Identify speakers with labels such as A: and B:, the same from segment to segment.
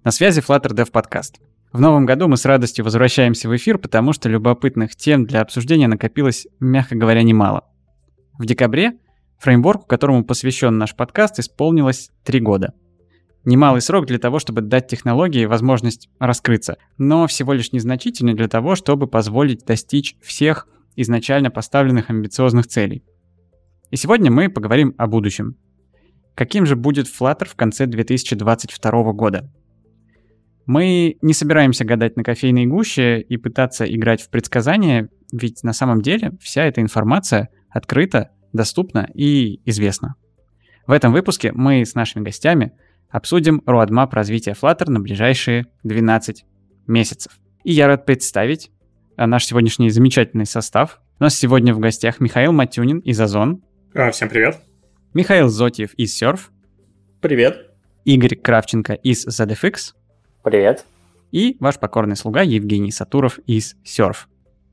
A: На связи Flutter Dev Podcast. В новом году мы с радостью возвращаемся в эфир, потому что любопытных тем для обсуждения накопилось, мягко говоря, немало. В декабре фреймворку, которому посвящен наш подкаст, исполнилось 3 года. Немалый срок для того, чтобы дать технологии возможность раскрыться, но всего лишь незначительный для того, чтобы позволить достичь всех изначально поставленных амбициозных целей. И сегодня мы поговорим о будущем. Каким же будет Flutter в конце 2022 года? Мы не собираемся гадать на кофейной гуще и пытаться играть в предсказания, ведь на самом деле вся эта информация открыта, доступна и известна. В этом выпуске мы с нашими гостями обсудим roadmap развития Flutter на ближайшие 12 месяцев. И я рад представить наш сегодняшний замечательный состав. У нас сегодня в гостях Михаил Матюнин из Озон.
B: Всем привет.
A: Михаил Зотьев из Surf.
C: Привет.
A: Игорь Кравченко из ZFX.
D: Привет.
A: И ваш покорный слуга Евгений Сатуров из Surf.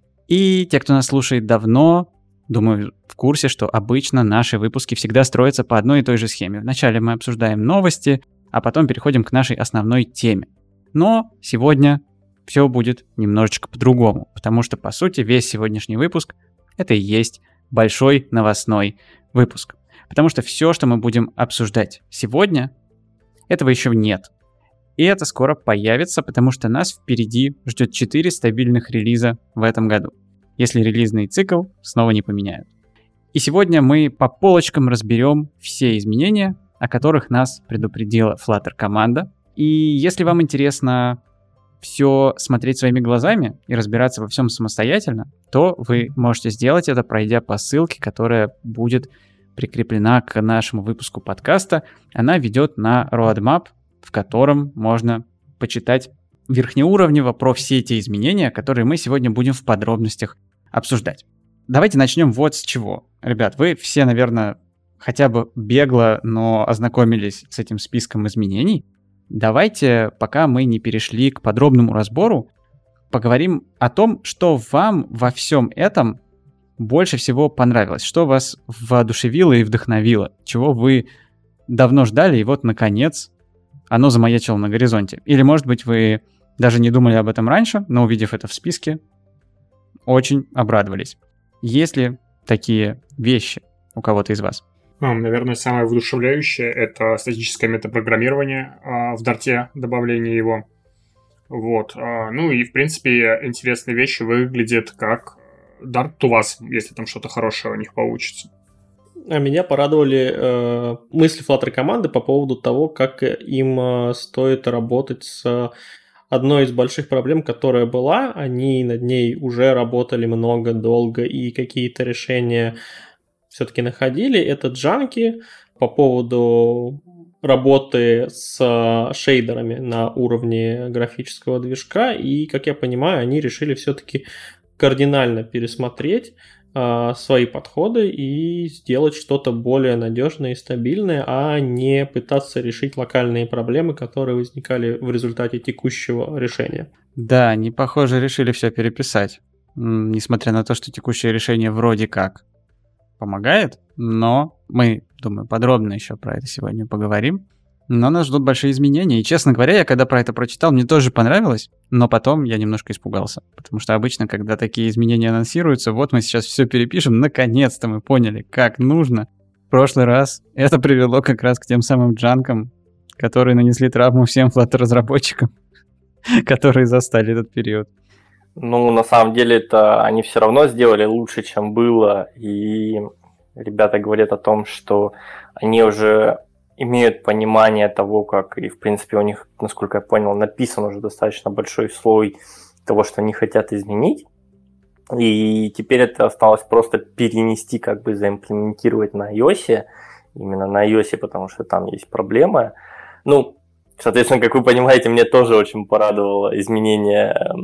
A: И те, кто нас слушает давно, думаю, в курсе, что обычно наши выпуски всегда строятся по одной и той же схеме. Вначале мы обсуждаем новости, а потом переходим к нашей основной теме. Но сегодня все будет немножечко по-другому, потому что, по сути, весь сегодняшний выпуск — это и есть большой новостной выпуск. Потому что все, что мы будем обсуждать сегодня, этого еще нет. И это скоро появится, потому что нас впереди ждет 4 стабильных релиза в этом году, если релизный цикл снова не поменяют. И сегодня мы по полочкам разберем все изменения, о которых нас предупредила Flutter команда. И если вам интересно все смотреть своими глазами и разбираться во всем самостоятельно, то вы можете сделать это, пройдя по ссылке, которая будет прикреплена к нашему выпуску подкаста. Она ведет на roadmap, в котором можно почитать верхнеуровнево про все те изменения, которые мы сегодня будем в подробностях обсуждать. Давайте начнем вот с чего. Ребят, вы все, наверное, хотя бы бегло, но ознакомились с этим списком изменений. Давайте, пока мы не перешли к подробному разбору, поговорим о том, что вам во всем этом больше всего понравилось, что вас воодушевило и вдохновило, чего вы давно ждали, и вот, наконец, оно замаячило на горизонте. Или, может быть, вы даже не думали об этом раньше, но, увидев это в списке, очень обрадовались. Есть ли такие вещи у кого-то из вас?
B: Наверное, самое воодушевляющее — это статическое метапрограммирование в Dart, добавление его. Вот. Ну и, в принципе, интересные вещи выглядят как Dart у вас, если там что-то хорошее у них получится.
C: А меня порадовали мысли Flutter команды по поводу того, как им стоит работать с одной из больших проблем, которая была. Они над ней уже работали много, долго и какие-то решения все-таки находили. Это джанки по поводу работы с шейдерами на уровне графического движка. И, как я понимаю, они решили все-таки кардинально пересмотреть свои подходы и сделать что-то более надежное и стабильное, а не пытаться решить локальные проблемы, которые возникали в результате текущего решения.
A: Да, они, похоже, решили все переписать. Несмотря на то, что текущее решение вроде как помогает, но мы, думаю, подробно еще про это сегодня поговорим. Но нас ждут большие изменения. И, честно говоря, я когда про это прочитал, мне тоже понравилось, но потом я немножко испугался. Потому что обычно, когда такие изменения анонсируются, вот мы сейчас все перепишем, наконец-то мы поняли, как нужно. В прошлый раз это привело как раз к тем самым джанкам, которые нанесли травму всем Flutter-разработчикам, которые застали этот период.
D: Ну, на самом деле, это они все равно сделали лучше, чем было. И ребята говорят о том, что они уже имеют понимание того, как, и в принципе у них, насколько я понял, написан уже достаточно большой слой того, что они хотят изменить. И теперь это осталось просто перенести, как бы заимплементировать на iOS, именно на iOS, потому что там есть проблемы. Ну, соответственно, как вы понимаете, мне тоже очень порадовало изменение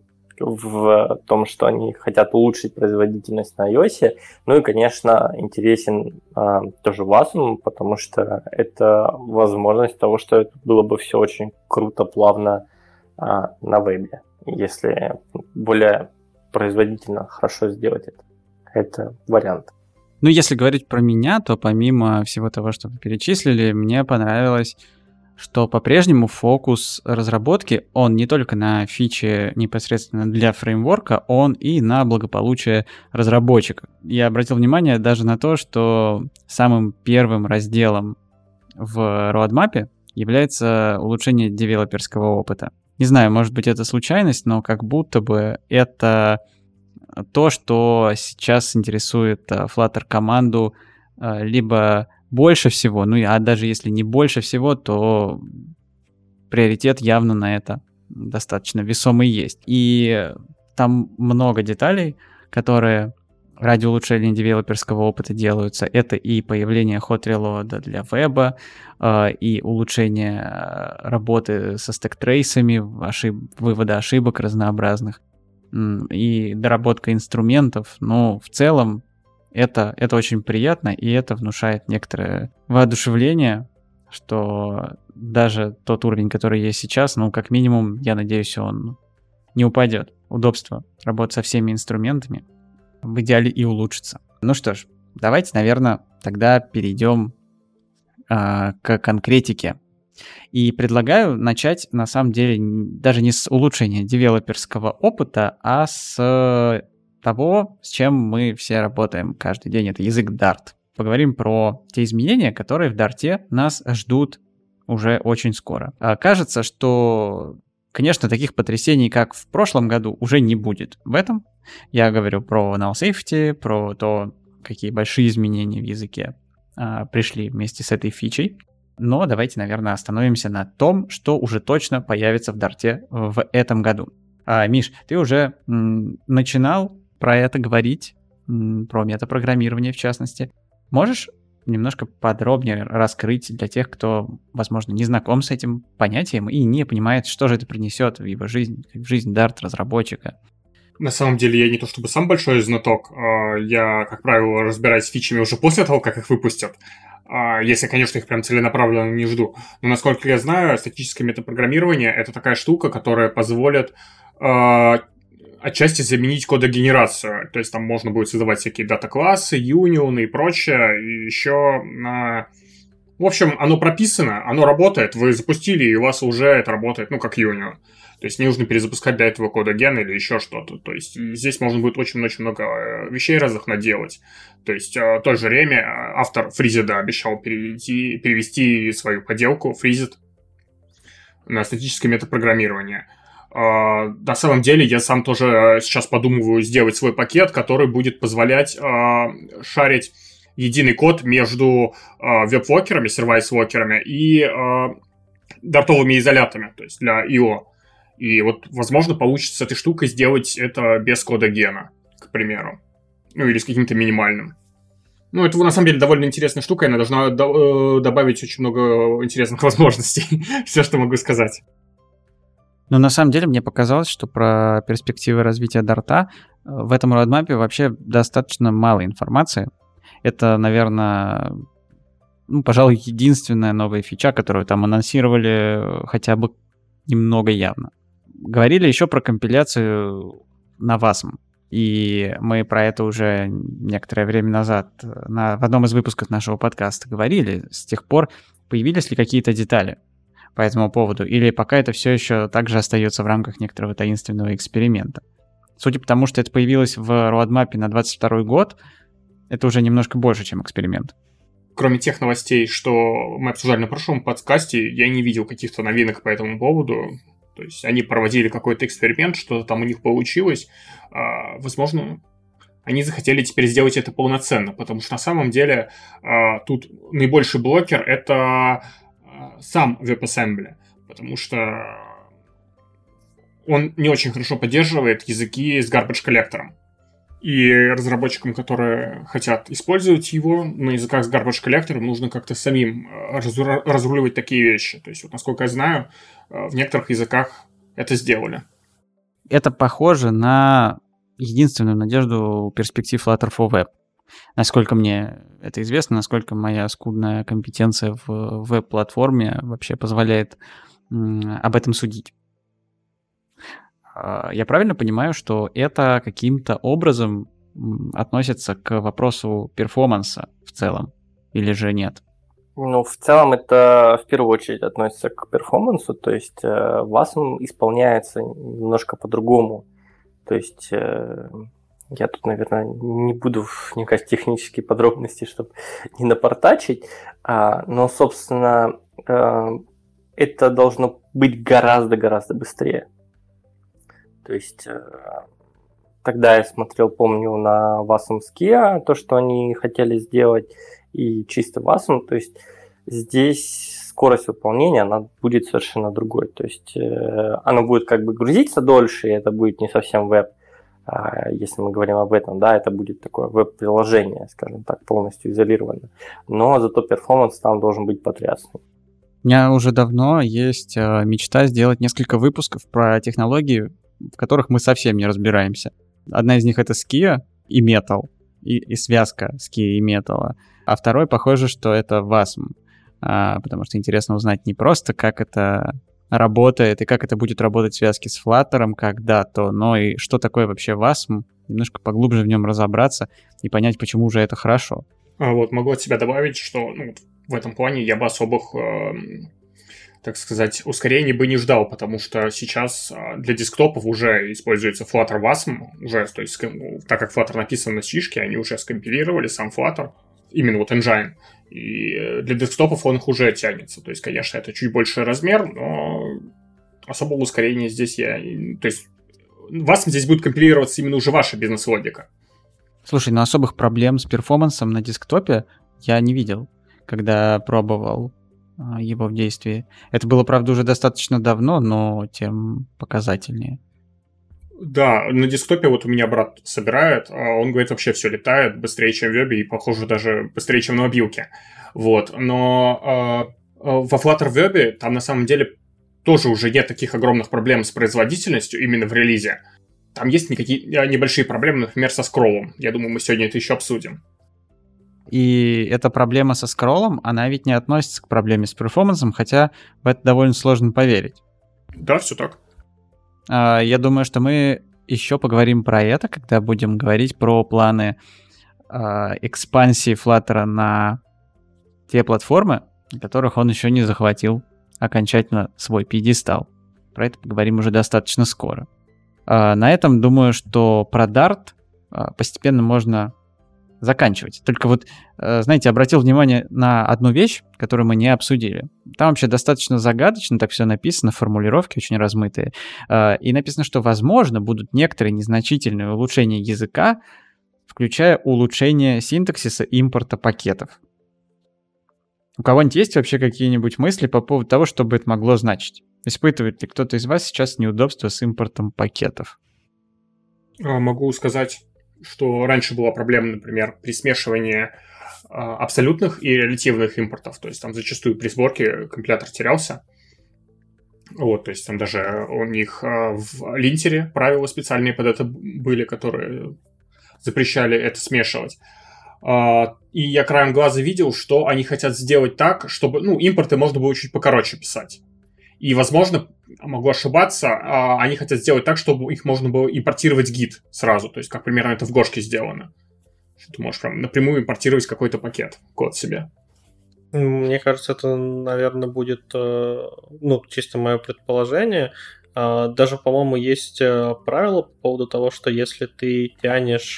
D: в том, что они хотят улучшить производительность на iOS. Ну и, конечно, интересен тоже Wasm, потому что это возможность того, что это было бы все очень круто, плавно на вебе, если более производительно, хорошо сделать это. Это вариант.
A: Ну, если говорить про меня, то помимо всего того, что вы перечислили, мне понравилось что по-прежнему фокус разработки, он не только на фиче непосредственно для фреймворка, он и на благополучие разработчика. Я обратил внимание даже на то, что самым первым разделом в roadmap является улучшение девелоперского опыта. Не знаю, может быть, это случайность, но как будто бы это то, что сейчас интересует Flutter команду либо больше всего, а даже если не больше всего, то приоритет явно на это достаточно весомый есть. И там много деталей, которые ради улучшения девелоперского опыта делаются. Это и появление hot reload для веба, и улучшение работы со стэк-трейсами, вывода ошибок разнообразных, и доработка инструментов. Но в целом это очень приятно, и это внушает некоторое воодушевление, что даже тот уровень, который есть сейчас, как минимум, я надеюсь, он не упадет. Удобство работать со всеми инструментами в идеале и улучшится. Ну что ж, давайте, наверное, тогда перейдем к конкретике. И предлагаю начать, на самом деле, даже не с улучшения девелоперского опыта, а с того, с чем мы все работаем каждый день. Это язык Dart. Поговорим про те изменения, которые в Dart нас ждут уже очень скоро. Кажется, что, конечно, таких потрясений, как в прошлом году, уже не будет. В этом я говорю про null safety, про то, какие большие изменения в языке пришли вместе с этой фичей. Но давайте, наверное, остановимся на том, что уже точно появится в Dart в этом году. Миш, ты уже начинал про это говорить, про метапрограммирование в частности. Можешь немножко подробнее раскрыть для тех, кто, возможно, не знаком с этим понятием и не понимает, что же это принесет в его жизнь, в жизнь Dart-разработчика?
B: На самом деле, я не то чтобы сам большой знаток, я, как правило, разбираюсь с фичами уже после того, как их выпустят. Если, конечно, их прям целенаправленно не жду. Но, насколько я знаю, статическое метапрограммирование — это такая штука, которая позволит отчасти заменить кодогенерацию. То есть там можно будет создавать всякие дата-классы, юнионы и прочее. И еще в общем, оно прописано, оно работает, вы запустили, и у вас уже это работает, как юнион. То есть не нужно перезапускать для этого кодоген или еще что-то. То есть здесь можно будет очень-очень много вещей разных наделать. То есть в то же время автор Фризида обещал перевести свою поделку Фризид на статическое метапрограммирование. На самом деле, я сам тоже сейчас подумываю сделать свой пакет, который будет позволять шарить единый код между веб-вокерами, сервайс-вокерами и дартовыми изолятами, то есть для IO. И вот, возможно, получится с этой штукой сделать это без кода гена, к примеру. Или с каким-то минимальным. Это, на самом деле, довольно интересная штука, и она должна добавить очень много интересных возможностей. Все, что могу сказать.
A: На самом деле, мне показалось, что про перспективы развития Dart в этом роудмапе вообще достаточно мало информации. Это, наверное, пожалуй, единственная новая фича, которую там анонсировали хотя бы немного явно. Говорили еще про компиляцию на WASM. И мы про это уже некоторое время назад в одном из выпусков нашего подкаста говорили. С тех пор появились ли какие-то детали по этому поводу? Или пока это все еще также остается в рамках некоторого таинственного эксперимента? Судя по тому, что это появилось в roadmap на 2022 год, это уже немножко больше, чем эксперимент.
B: Кроме тех новостей, что мы обсуждали на прошлом подкасте, я не видел каких-то новинок по этому поводу. То есть они проводили какой-то эксперимент, что-то там у них получилось. Возможно, они захотели теперь сделать это полноценно, потому что на самом деле тут наибольший блокер — это сам WebAssembly, потому что он не очень хорошо поддерживает языки с garbage-коллектором. И разработчикам, которые хотят использовать его на языках с garbage коллектором, нужно как-то самим разруливать такие вещи. То есть, вот, насколько я знаю, в некоторых языках это сделали.
A: Это похоже на единственную надежду перспектив Flutter for Web. Насколько мне это известно, насколько моя скудная компетенция в веб-платформе вообще позволяет об этом судить. Я правильно понимаю, что это каким-то образом относится к вопросу перформанса в целом, или же нет?
D: Ну, в целом это в первую очередь относится к перформансу, то есть WASM исполняется немножко по-другому. То есть я тут, наверное, не буду вникать в технические подробности, чтобы не напортачить, но, собственно, это должно быть гораздо-гораздо быстрее. То есть тогда я смотрел, помню, на WASM Skia, то, что они хотели сделать, и чисто WASM, то есть здесь скорость выполнения, она будет совершенно другой. То есть она будет как бы грузиться дольше, и это будет не совсем веб. Если мы говорим об этом, да, это будет такое веб-приложение, скажем так, полностью изолированное. Но зато перформанс там должен быть потрясный.
A: У меня уже давно есть мечта сделать несколько выпусков про технологии, в которых мы совсем не разбираемся. Одна из них — это Skia и Metal, и связка Skia и Metal. А второй, похоже, что это WASM, потому что интересно узнать не просто, как это работает и как это будет работать в связке с Flutter когда-то, но и что такое вообще WASM, немножко поглубже в нем разобраться и понять, почему же это хорошо.
B: Вот, могу от себя добавить, что в этом плане я бы особых, так сказать, ускорений бы не ждал, потому что сейчас для десктопов уже используется Flutter WASM, уже, то есть, так как Flutter написан на C-шке, они уже скомпилировали сам Flutter, именно вот engine, и для десктопов он их уже тянется. То есть, конечно, это чуть больший размер, но особого ускорения здесь То есть, WASM здесь будет компилироваться именно уже ваша бизнес-логика.
A: Слушай, но особых проблем с перформансом на десктопе я не видел, когда пробовал его в действии. Это было, правда, уже достаточно давно, но тем показательнее.
B: Да, на десктопе вот у меня брат собирает, он говорит, вообще все летает быстрее, чем в вебе, и, похоже, даже быстрее, чем на мобилке. Вот, но во Flutter вебе там на самом деле тоже уже нет таких огромных проблем с производительностью именно в релизе. Там есть небольшие проблемы, например, со скроллом. Я думаю, мы сегодня это еще обсудим.
A: И эта проблема со скроллом, она ведь не относится к проблеме с перформансом, хотя в это довольно сложно поверить.
B: Да, все так.
A: Я думаю, что мы еще поговорим про это, когда будем говорить про планы экспансии Flutter на те платформы, на которых он еще не захватил окончательно свой пьедестал. Про это поговорим уже достаточно скоро. На этом, думаю, что про Dart постепенно можно заканчивать. Только вот, знаете, обратил внимание на одну вещь, которую мы не обсудили. Там вообще достаточно загадочно, так все написано, формулировки очень размытые. И написано, что, возможно, будут некоторые незначительные улучшения языка, включая улучшение синтаксиса импорта пакетов. У кого-нибудь есть вообще какие-нибудь мысли по поводу того, что бы это могло значить? Испытывает ли кто-то из вас сейчас неудобства с импортом пакетов?
B: Могу сказать, что раньше была проблема, например, при смешивании абсолютных и релятивных импортов. То есть там зачастую при сборке компилятор терялся. Вот, то есть там даже у них в линтере правила специальные под это были, которые запрещали это смешивать. И я краем глаза видел, что они хотят сделать так, чтобы, импорты можно было чуть покороче писать. И, возможно, могу ошибаться, они хотят сделать так, чтобы их можно было импортировать гид сразу. То есть, как примерно это в Гошке сделано. Что ты можешь прям напрямую импортировать какой-то пакет, код себе.
C: Мне кажется, это, наверное, будет, чисто мое предположение. Даже, по-моему, есть правило по поводу того, что если ты тянешь...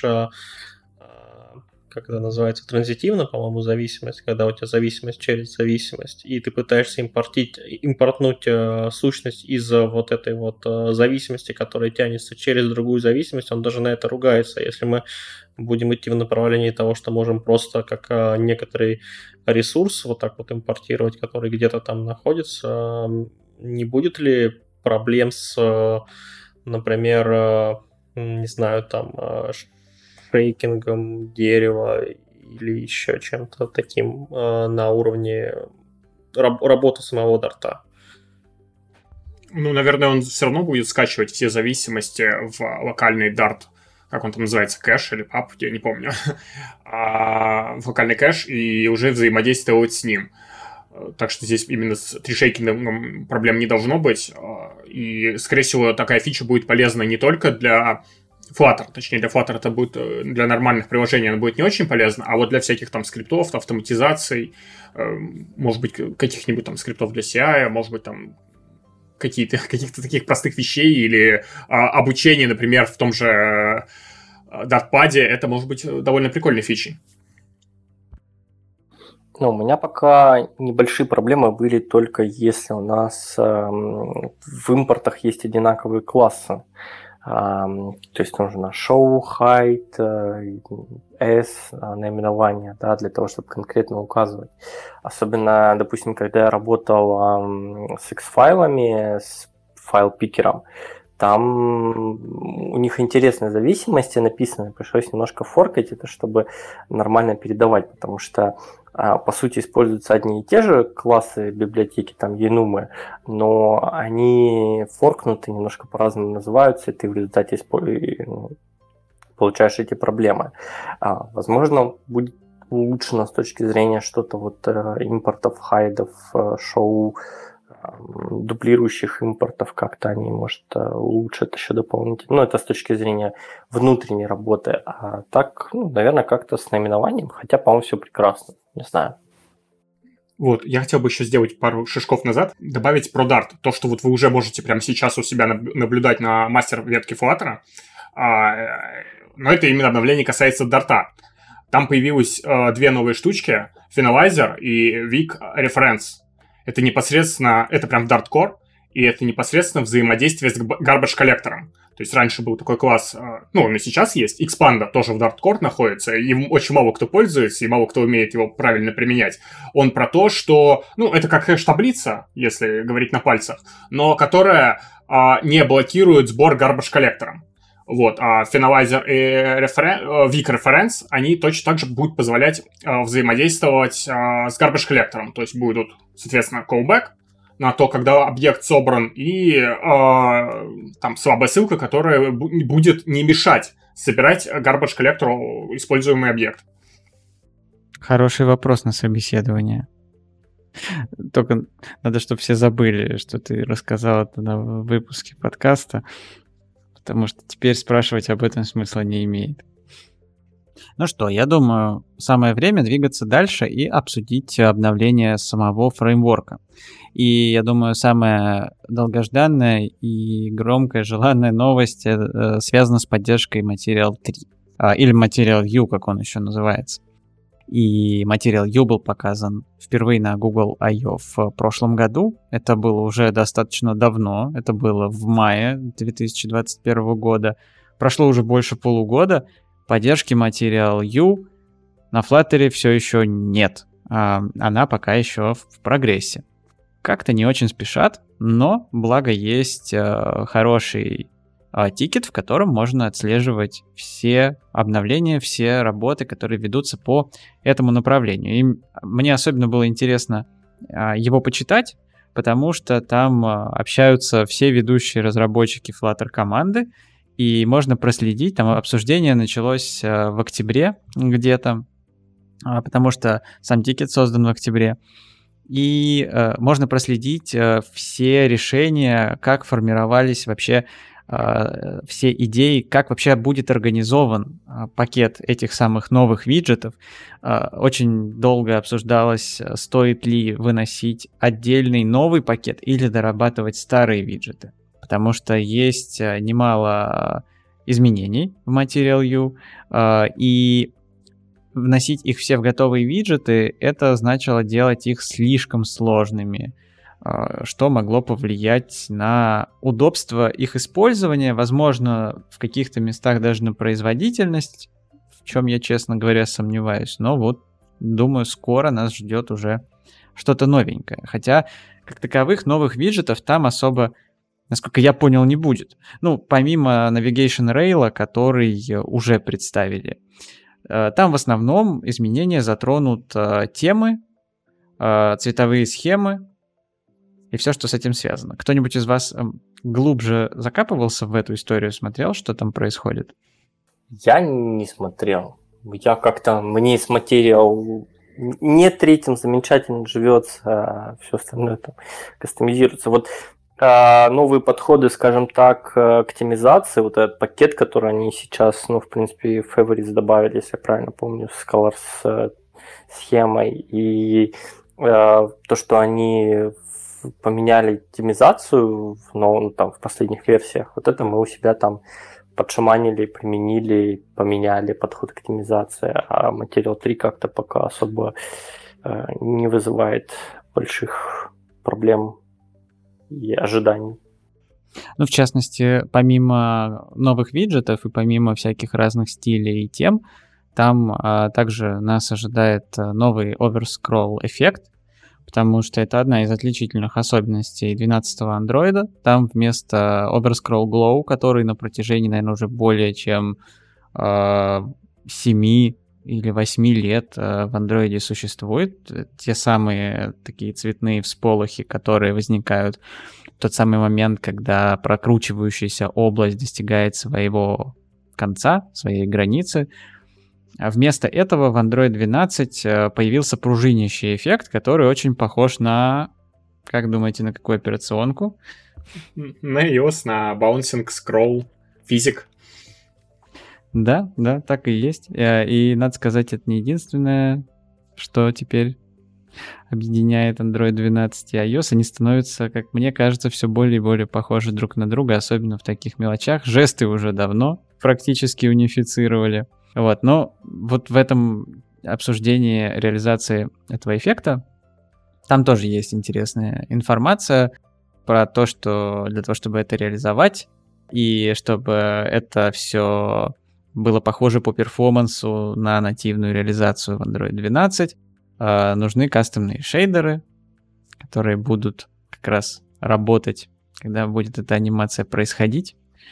C: как это называется, транзитивно, по-моему, зависимость, когда у тебя зависимость через зависимость, и ты пытаешься импортнуть сущность из вот этой вот зависимости, которая тянется через другую зависимость, он даже на это ругается. Если мы будем идти в направлении того, что можем просто как некоторый ресурс вот так вот импортировать, который где-то там находится, не будет ли проблем с, например, не знаю, там... шейкингом дерева или еще чем-то таким на уровне работы самого Дарта?
B: Наверное, он все равно будет скачивать все зависимости в локальный Dart, как он там называется, кэш или паб, я не помню, в локальный кэш и уже взаимодействовать с ним. Так что здесь именно с трешейкингом проблем не должно быть. И, скорее всего, такая фича будет полезна не только для Flutter, точнее, для Flutter это будет, для нормальных приложений это будет не очень полезно, а вот для всяких там скриптов, автоматизаций, может быть, каких-нибудь там скриптов для CI, может быть, там каких-то таких простых вещей или обучение, например, в том же Dartpad, это может быть довольно прикольной фичей.
D: Ну, у меня пока небольшие проблемы были только если у нас в импортах есть одинаковые классы. То есть нужно show, hide, s, наименование, да, для того, чтобы конкретно указывать. Особенно, допустим, когда я работал с X-файлами, с файл-пикером, там у них интересные зависимости написаны, пришлось немножко форкать это, чтобы нормально передавать, потому что по сути используются одни и те же классы библиотеки, там enum, но они форкнуты, немножко по-разному называются, и ты в результате получаешь эти проблемы. Возможно, будет улучшено с точки зрения что-то вот импортов, хайдов, шоу, дублирующих импортов, как-то они, может, улучшат еще дополнительно. Но это с точки зрения внутренней работы. А так, наверное, как-то с наименованием, хотя, по-моему, все прекрасно. Не знаю.
B: Вот, я хотел бы еще сделать пару шажков назад, добавить про Dart. То, что вот вы уже можете прямо сейчас у себя наблюдать на мастер-ветке Flutter, но это именно обновление касается Dart. Там появилось две новые штучки, Finalizer и Weak Reference. Это непосредственно, это прям в Dart Core, и это непосредственно взаимодействие с garbage коллектором. То есть раньше был такой класс, он и сейчас есть, Xpanda тоже в Dart Core находится, и очень мало кто пользуется, и мало кто умеет его правильно применять. Он про то, что, это как хэш-таблица, если говорить на пальцах, но которая не блокирует сбор garbage коллектором. Вот, а Finalizer и Weak Reference, они точно так же будут позволять взаимодействовать с garbage коллектором. То есть будут, соответственно, callback на то, когда объект собран, и там слабая ссылка, которая будет не мешать собирать garbage коллектору используемый объект.
A: Хороший вопрос на собеседование. Только надо, чтобы все забыли, что ты рассказал это на выпуске подкаста. Потому что теперь спрашивать об этом смысла не имеет. Ну что, я думаю, самое время двигаться дальше и обсудить обновление самого фреймворка. И я думаю, самая долгожданная и громкая желанная новость связана с поддержкой Material 3. Или Material U, как он еще называется. И Material U был показан впервые на Google I.O. в прошлом году. Это было уже достаточно давно. Это было в мае 2021 года. Прошло уже больше полугода. Поддержки Material U на Flutter все еще нет. Она пока еще в прогрессе. Как-то не очень спешат, но благо есть хороший тикет, в котором можно отслеживать все обновления, все работы, которые ведутся по этому направлению. И мне особенно было интересно его почитать, потому что там общаются все ведущие разработчики Flutter команды, и можно проследить, там обсуждение началось в октябре где-то, потому что сам тикет создан в октябре, и можно проследить все решения, как формировались вообще все идеи, как вообще будет организован пакет этих самых новых виджетов. Очень долго обсуждалось, стоит ли выносить отдельный новый пакет или дорабатывать старые виджеты. Потому что есть немало изменений в Material U, и вносить их все в готовые виджеты, это значило делать их слишком сложными, что могло повлиять на удобство их использования, возможно, в каких-то местах даже на производительность, в чем я, честно говоря, сомневаюсь. Но вот, думаю, скоро нас ждет уже что-то новенькое. Хотя, как таковых новых виджетов там особо, насколько я понял, не будет. Помимо Navigation Rail, который уже представили. Там в основном изменения затронут темы, цветовые схемы, и все, что с этим связано. Кто-нибудь из вас глубже закапывался в эту историю, смотрел, что там происходит?
D: Я не смотрел. Мне с Material нет, третьим замечательно живется, а все остальное там кастомизируется. Вот новые подходы, скажем так, к оптимизации, вот этот пакет, который они сейчас, в принципе, в Favorites добавили, если я правильно помню, с Colors схемой, и то, что они поменяли оптимизацию в последних версиях, вот это мы у себя там подшаманили, применили, поменяли подход к оптимизации, а Material 3 как-то пока особо не вызывает больших проблем и ожиданий.
A: В частности, помимо новых виджетов и помимо всяких разных стилей и тем, там также нас ожидает новый overscroll эффект, потому что это одна из отличительных особенностей 12-го андроида. Там вместо overscroll glow, который на протяжении, наверное, уже более чем 7 или 8 лет в андроиде существует, те самые такие цветные всполохи, которые возникают в тот самый момент, когда прокручивающаяся область достигает своего конца, своей границы. А вместо этого в Android 12 появился пружинящий эффект, который очень похож на... Как думаете, на какую операционку?
B: На iOS, на Bouncing Scroll Physic.
A: Да, так и есть. И, надо сказать, это не единственное, что теперь объединяет Android 12 и iOS. Они становятся, как мне кажется, все более и более похожи друг на друга, особенно в таких мелочах. Жесты уже давно практически унифицировали. Но вот в этом обсуждении реализации этого эффекта там тоже есть интересная информация про то, что для того, чтобы это реализовать, и чтобы это все было похоже по перформансу на нативную реализацию в Android 12, нужны кастомные шейдеры, которые будут как раз работать, когда будет эта анимация происходить.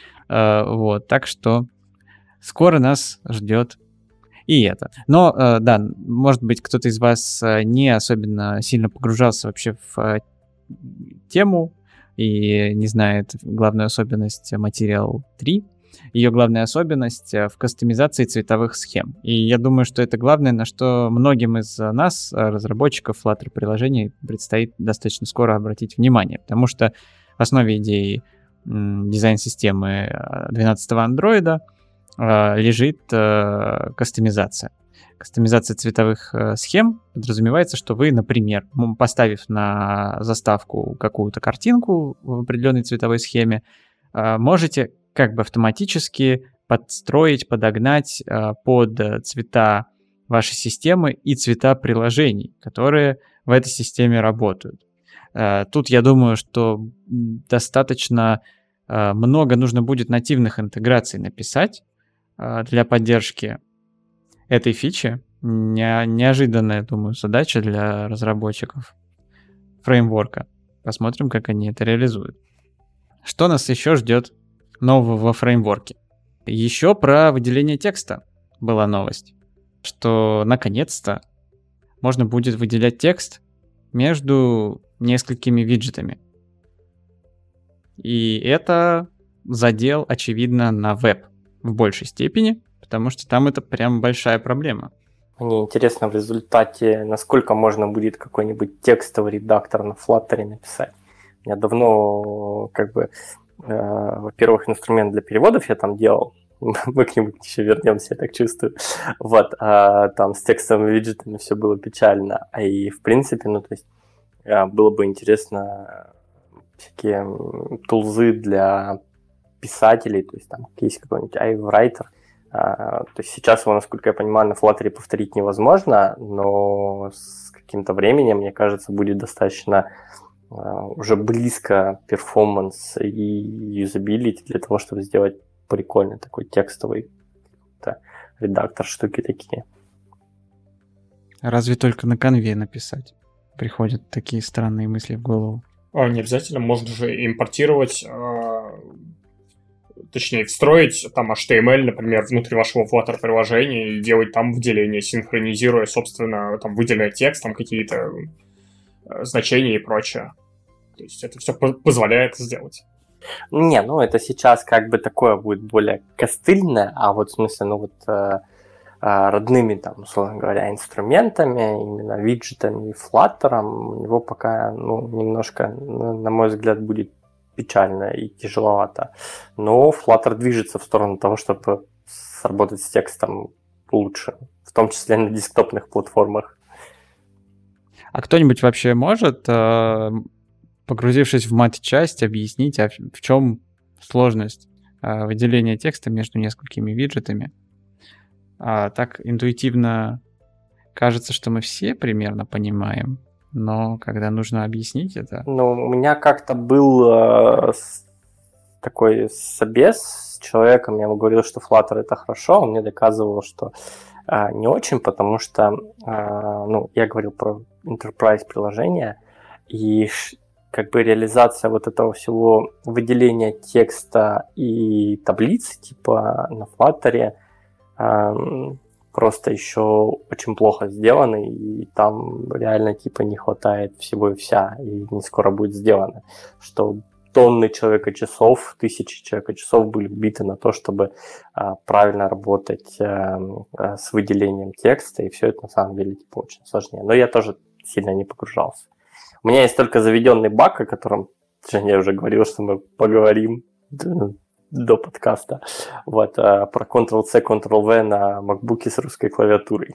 A: Так что скоро нас ждет и это. Но, да, может быть, кто-то из вас не особенно сильно погружался вообще в тему и не знает главную особенность Material 3. Ее главная особенность в кастомизации цветовых схем. И я думаю, что это главное, на что многим из нас, разработчиков Flutter приложений, предстоит достаточно скоро обратить внимание. Потому что в основе идеи дизайн-системы 12-го андроида лежит кастомизация. Кастомизация цветовых схем подразумевается, что вы, например, поставив на заставку какую-то картинку в определенной цветовой схеме, можете как бы автоматически подстроить, подогнать под цвета вашей системы и цвета приложений, которые в этой системе работают. Тут я думаю, что достаточно много нужно будет нативных интеграций написать для поддержки этой фичи. Неожиданная, думаю, задача для разработчиков фреймворка. Посмотрим, как они это реализуют. Что нас еще ждет нового во фреймворке? Еще про выделение текста была новость, что наконец-то можно будет выделять текст между несколькими виджетами. И это задел, очевидно, на веб в большей степени, потому что там это прям большая проблема.
D: Мне интересно в результате, насколько можно будет какой-нибудь текстовый редактор на Flutter написать. У меня давно, во-первых, инструмент для переводов я там делал. Мы к нему еще вернемся, я так чувствую. Там с текстовыми виджетами все было печально. И, в принципе, было бы интересно всякие тулзы для писателей, то есть там есть какой-нибудь iWriter. То есть сейчас его, насколько я понимаю, на Flutter повторить невозможно, но с каким-то временем, мне кажется, будет достаточно уже близко перформанс и юзабилити для того, чтобы сделать прикольный такой текстовый редактор, штуки такие.
A: Разве только на конве написать? Приходят такие странные мысли в голову.
B: Не обязательно, можно же импортировать, точнее, встроить там HTML, например, внутри вашего Flutter приложения и делать там выделение, синхронизируя, собственно, там, выделяя текст, там какие-то значения и прочее. То есть это все позволяет сделать.
D: Это сейчас такое будет более костыльное, а вот в смысле, родными, там, условно говоря, инструментами, именно виджетами и Flutter, у него пока, немножко, на мой взгляд, будет печально и тяжеловато. Но Flutter движется в сторону того, чтобы сработать с текстом лучше, в том числе на десктопных платформах.
A: А кто-нибудь вообще может, погрузившись в мат-часть, объяснить, в чем сложность выделения текста между несколькими виджетами? Так интуитивно кажется, что мы все примерно понимаем, но когда нужно объяснить это...
D: Ну, у меня как-то был такой собес с человеком, я ему говорил, что Flutter это хорошо, он мне доказывал, что не очень, потому что, я говорил про enterprise приложения, и как бы реализация вот этого всего выделения текста и таблиц, типа на Flutter, просто еще очень плохо сделаны, и там реально типа не хватает всего и вся, и не скоро будет сделано, что тонны человека-часов, тысячи человека-часов были убиты на то, чтобы правильно работать с выделением текста, и все это на самом деле типа очень сложнее. Но я тоже сильно не погружался. У меня есть только заведенный баг, о котором Женя уже говорил, что мы поговорим до подкаста. Вот, про Ctrl-C, Ctrl-V на MacBook'е с русской клавиатурой.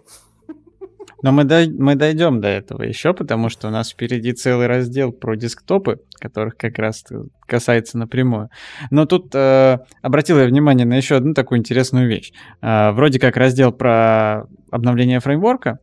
A: Но мы дойдем до этого еще, потому что у нас впереди целый раздел про десктопы, которых как раз касается напрямую. Но тут обратил я внимание на еще одну такую интересную вещь. Вроде как раздел про обновление фреймворка,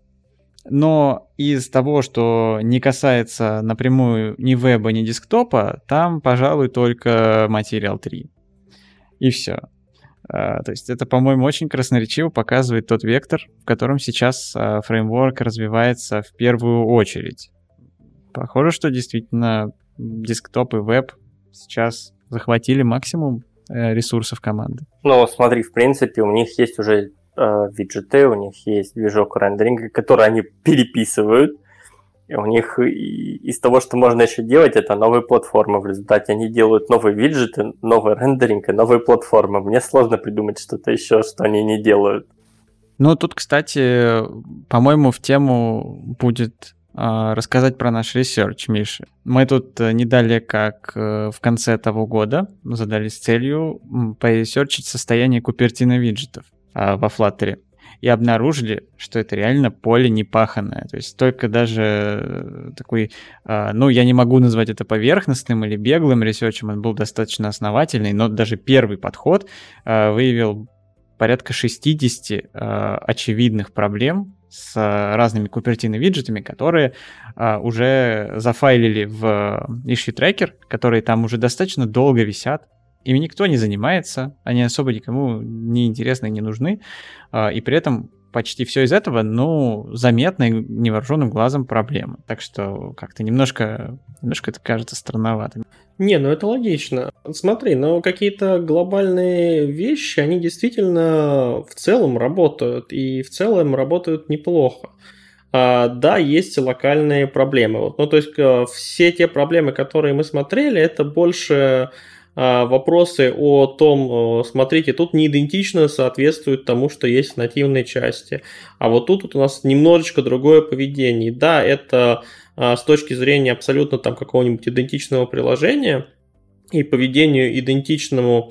A: но из того, что не касается напрямую ни веба, ни десктопа, там, пожалуй, только Material 3. И все. То есть это, по-моему, очень красноречиво показывает тот вектор, в котором сейчас фреймворк развивается в первую очередь. Похоже, что действительно десктоп и веб сейчас захватили максимум ресурсов команды.
D: Ну, смотри, в принципе, у них есть уже виджеты, у них есть движок рендеринга, который они переписывают. И у них из того, что можно еще делать, это новые платформы. В результате они делают новые виджеты, новый рендеринг и новые платформы. Мне сложно придумать что-то еще, что они не делают.
A: Ну, тут, кстати, по-моему, в тему будет рассказать про наш ресерч, Миша. Мы тут не далее, как в конце того года задались целью поресерчить состояние Купертино виджетов во Flutter. И обнаружили, что это реально поле непаханное. То есть только даже такой, я не могу назвать это поверхностным или беглым ресерчем, он был достаточно основательный, но даже первый подход выявил порядка 60 очевидных проблем с разными Купертино-виджетами, которые уже зафайлили в issue tracker, которые там уже достаточно долго висят. Ими никто не занимается, они особо никому не интересны и не нужны, и при этом почти все из этого, заметно невооруженным глазом проблемы. Так что как-то немножко это кажется странноватым.
C: Не, это логично. Смотри, какие-то глобальные вещи, они действительно в целом работают, и в целом работают неплохо. Да, есть локальные проблемы. То есть все те проблемы, которые мы смотрели, это больше... вопросы о том, смотрите, тут не идентично соответствует тому, что есть в нативной части. А вот тут у нас немножечко другое поведение. Да, это с точки зрения абсолютно там какого-нибудь идентичного приложения и поведению идентичному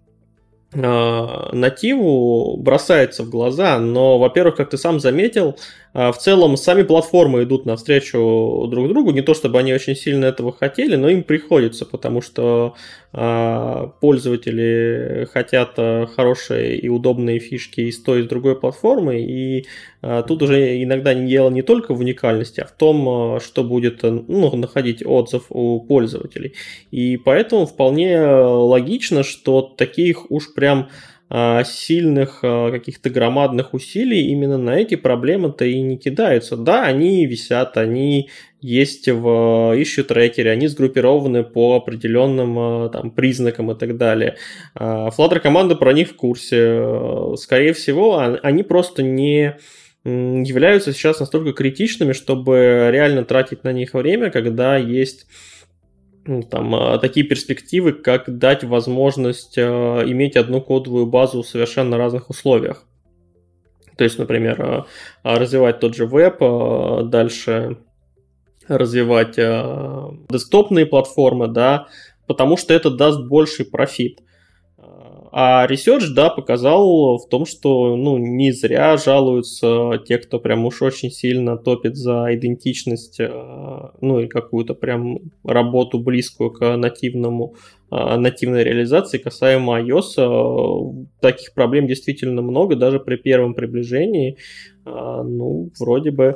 C: нативу бросается в глаза, но, во-первых, как ты сам заметил, в целом сами платформы идут навстречу друг другу, не то чтобы они очень сильно этого хотели, но им приходится, потому что пользователи хотят хорошие и удобные фишки из той и с другой платформы, и тут уже иногда дело не только в уникальности, а в том, что будет находить отзыв у пользователей. И поэтому вполне логично, что таких уж прям сильных каких-то громадных усилий именно на эти проблемы-то и не кидаются. Да, они висят, они есть в issue трекере, они сгруппированы по определенным там признакам и так далее. Flutter команда про них в курсе. Скорее всего, они просто не являются сейчас настолько критичными, чтобы реально тратить на них время, когда есть такие перспективы, как дать возможность иметь одну кодовую базу в совершенно разных условиях. То есть, например, развивать тот же веб, дальше развивать десктопные платформы, да, потому что это даст больший профит. А ресерч, да, показал в том, что не зря жалуются те, кто прям уж очень сильно топит за идентичность, и какую-то прям работу близкую к нативной реализации. Касаемо iOS, таких проблем действительно много, даже при первом приближении. Вроде бы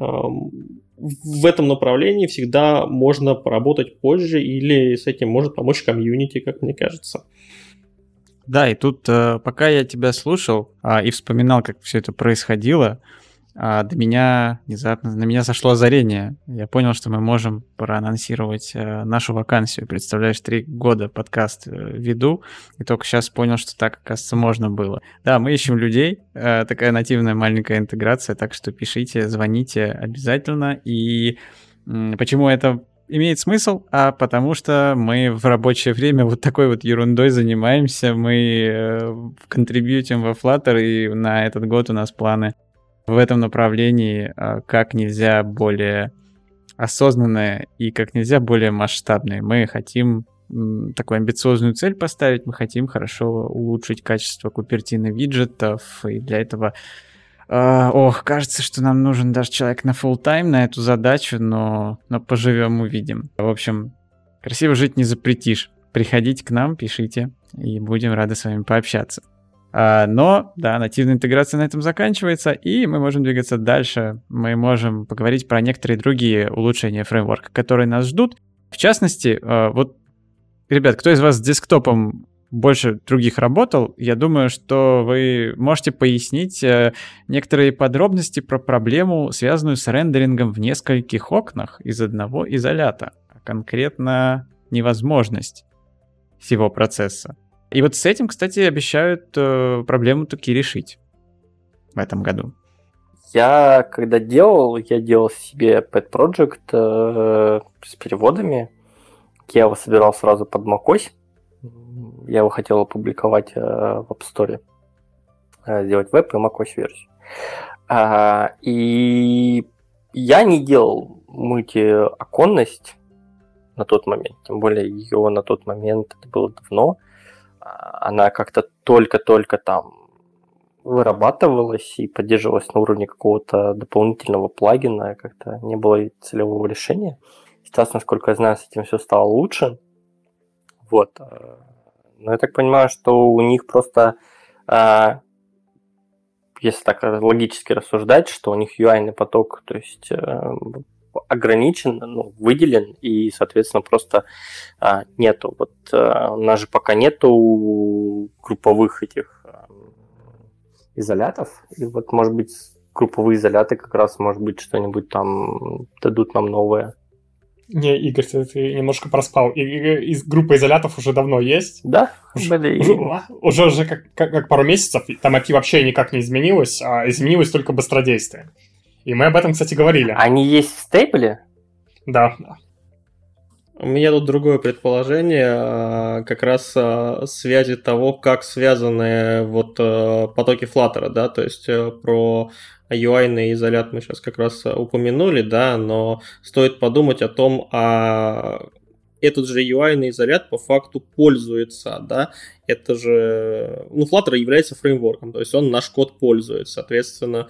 C: в этом направлении всегда можно поработать позже, или с этим может помочь комьюнити, как мне кажется.
A: Да, и тут, пока я тебя слушал и вспоминал, как все это происходило, на меня сошло озарение. Я понял, что мы можем проанонсировать нашу вакансию. Представляешь, 3 года подкаст веду, и только сейчас понял, что так, оказывается, можно было. Да, мы ищем людей, такая нативная маленькая интеграция, так что пишите, звоните обязательно. И почему это имеет смысл? Потому что мы в рабочее время вот такой вот ерундой занимаемся, мы контрибьютим во Flutter, и на этот год у нас планы в этом направлении как нельзя более осознанные и как нельзя более масштабные. Мы хотим такую амбициозную цель поставить, мы хотим хорошо улучшить качество купертины виджетов, и для этого кажется, что нам нужен даже человек на full-time на эту задачу, но поживем, увидим. В общем, красиво жить не запретишь. Приходите к нам, пишите, и будем рады с вами пообщаться. Но, да, нативная интеграция на этом заканчивается, и мы можем двигаться дальше. Мы можем поговорить про некоторые другие улучшения фреймворка, которые нас ждут. В частности, ребят, кто из вас с десктопом больше других работал, я думаю, что вы можете пояснить некоторые подробности про проблему, связанную с рендерингом в нескольких окнах из одного изолята, а конкретно невозможность всего процесса. И вот с этим, кстати, обещают проблему таки решить в этом году.
D: Когда делал себе pet project с переводами. Я его собирал сразу под macOS. Я его хотел опубликовать в App Store, сделать веб и macOS версию. И я не делал мультиоконность на тот момент, тем более ее на тот момент, это было давно, она как-то только там вырабатывалась и поддерживалась на уровне какого-то дополнительного плагина, как-то не было целевого решения. Сейчас, насколько я знаю, с этим все стало лучше. Вот. Но я так понимаю, что у них просто, если так логически рассуждать, что у них UI-ный поток, то есть ограничен, выделен, и, соответственно, просто нету. Вот у нас же пока нету групповых этих изолятов, и вот, может быть, групповые изоляты как раз, может быть, что-нибудь там дадут нам новое.
B: Не, Игорь, ты немножко проспал. Группа изолятов уже давно есть.
D: Да?
B: Уже как пару месяцев. Там API вообще никак не изменилось, а изменилось только быстродействие. И мы об этом, кстати, говорили.
D: Они есть в стейбле?
B: Да.
C: У меня тут другое предположение, как раз связи того, как связаны потоки Flutter, да, то есть про UI-ный изолят мы сейчас как раз упомянули, да, но стоит подумать о том, этот же UI-ный изолят по факту пользуется, да, это же, Flutter является фреймворком, то есть он наш код пользует, соответственно,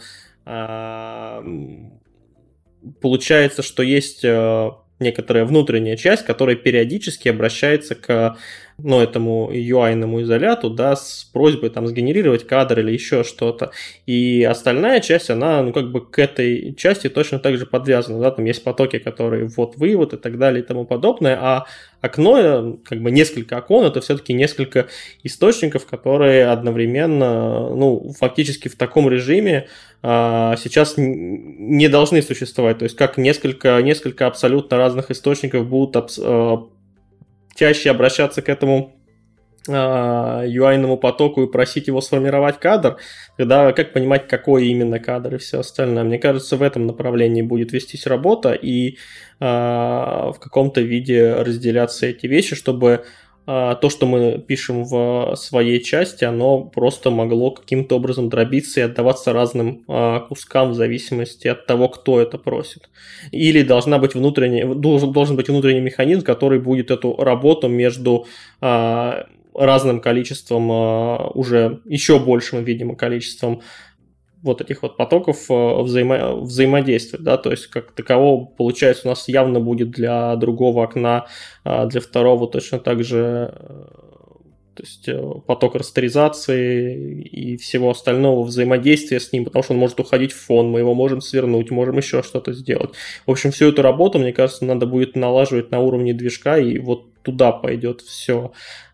C: получается, что есть некоторая внутренняя часть, которая периодически обращается к этому UI-ному изоляту, да, с просьбой там сгенерировать кадр или еще что-то. И остальная часть, она, к этой части точно так же подвязана, да, там есть потоки, которые ввод-вывод и так далее и тому подобное, а окно, несколько окон, это все-таки несколько источников, которые одновременно, фактически в таком режиме сейчас не должны существовать. То есть как несколько абсолютно разных источников будут чаще обращаться к этому UI-ному потоку и просить его сформировать кадр, тогда как понимать, какой именно кадр и все остальное. Мне кажется, в этом направлении будет вестись работа и в каком-то виде разделяться эти вещи, чтобы то, что мы пишем в своей части, оно просто могло каким-то образом дробиться и отдаваться разным кускам в зависимости от того, кто это просит. Или должен быть внутренний механизм, который будет эту работу между разным количеством, уже еще большим, видимо, количеством вот этих вот потоков взаимодействия, да, то есть как такового, получается, у нас явно будет для другого окна, для второго точно так же, то есть поток растеризации и всего остального взаимодействия с ним, потому что он может уходить в фон, мы его можем свернуть, можем еще что-то сделать. В общем, всю эту работу, мне кажется, надо будет налаживать на уровне движка, и вот туда пойдет все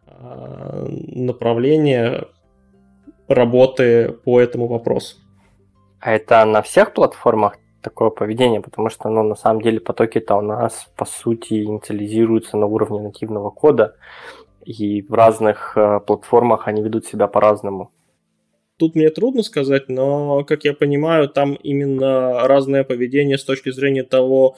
C: направление работы по этому вопросу.
D: А это на всех платформах такое поведение? Потому что, на самом деле потоки-то у нас, по сути, инициализируются на уровне нативного кода, и в разных платформах они ведут себя по-разному.
C: Тут мне трудно сказать, но, как я понимаю, там именно разное поведение с точки зрения того,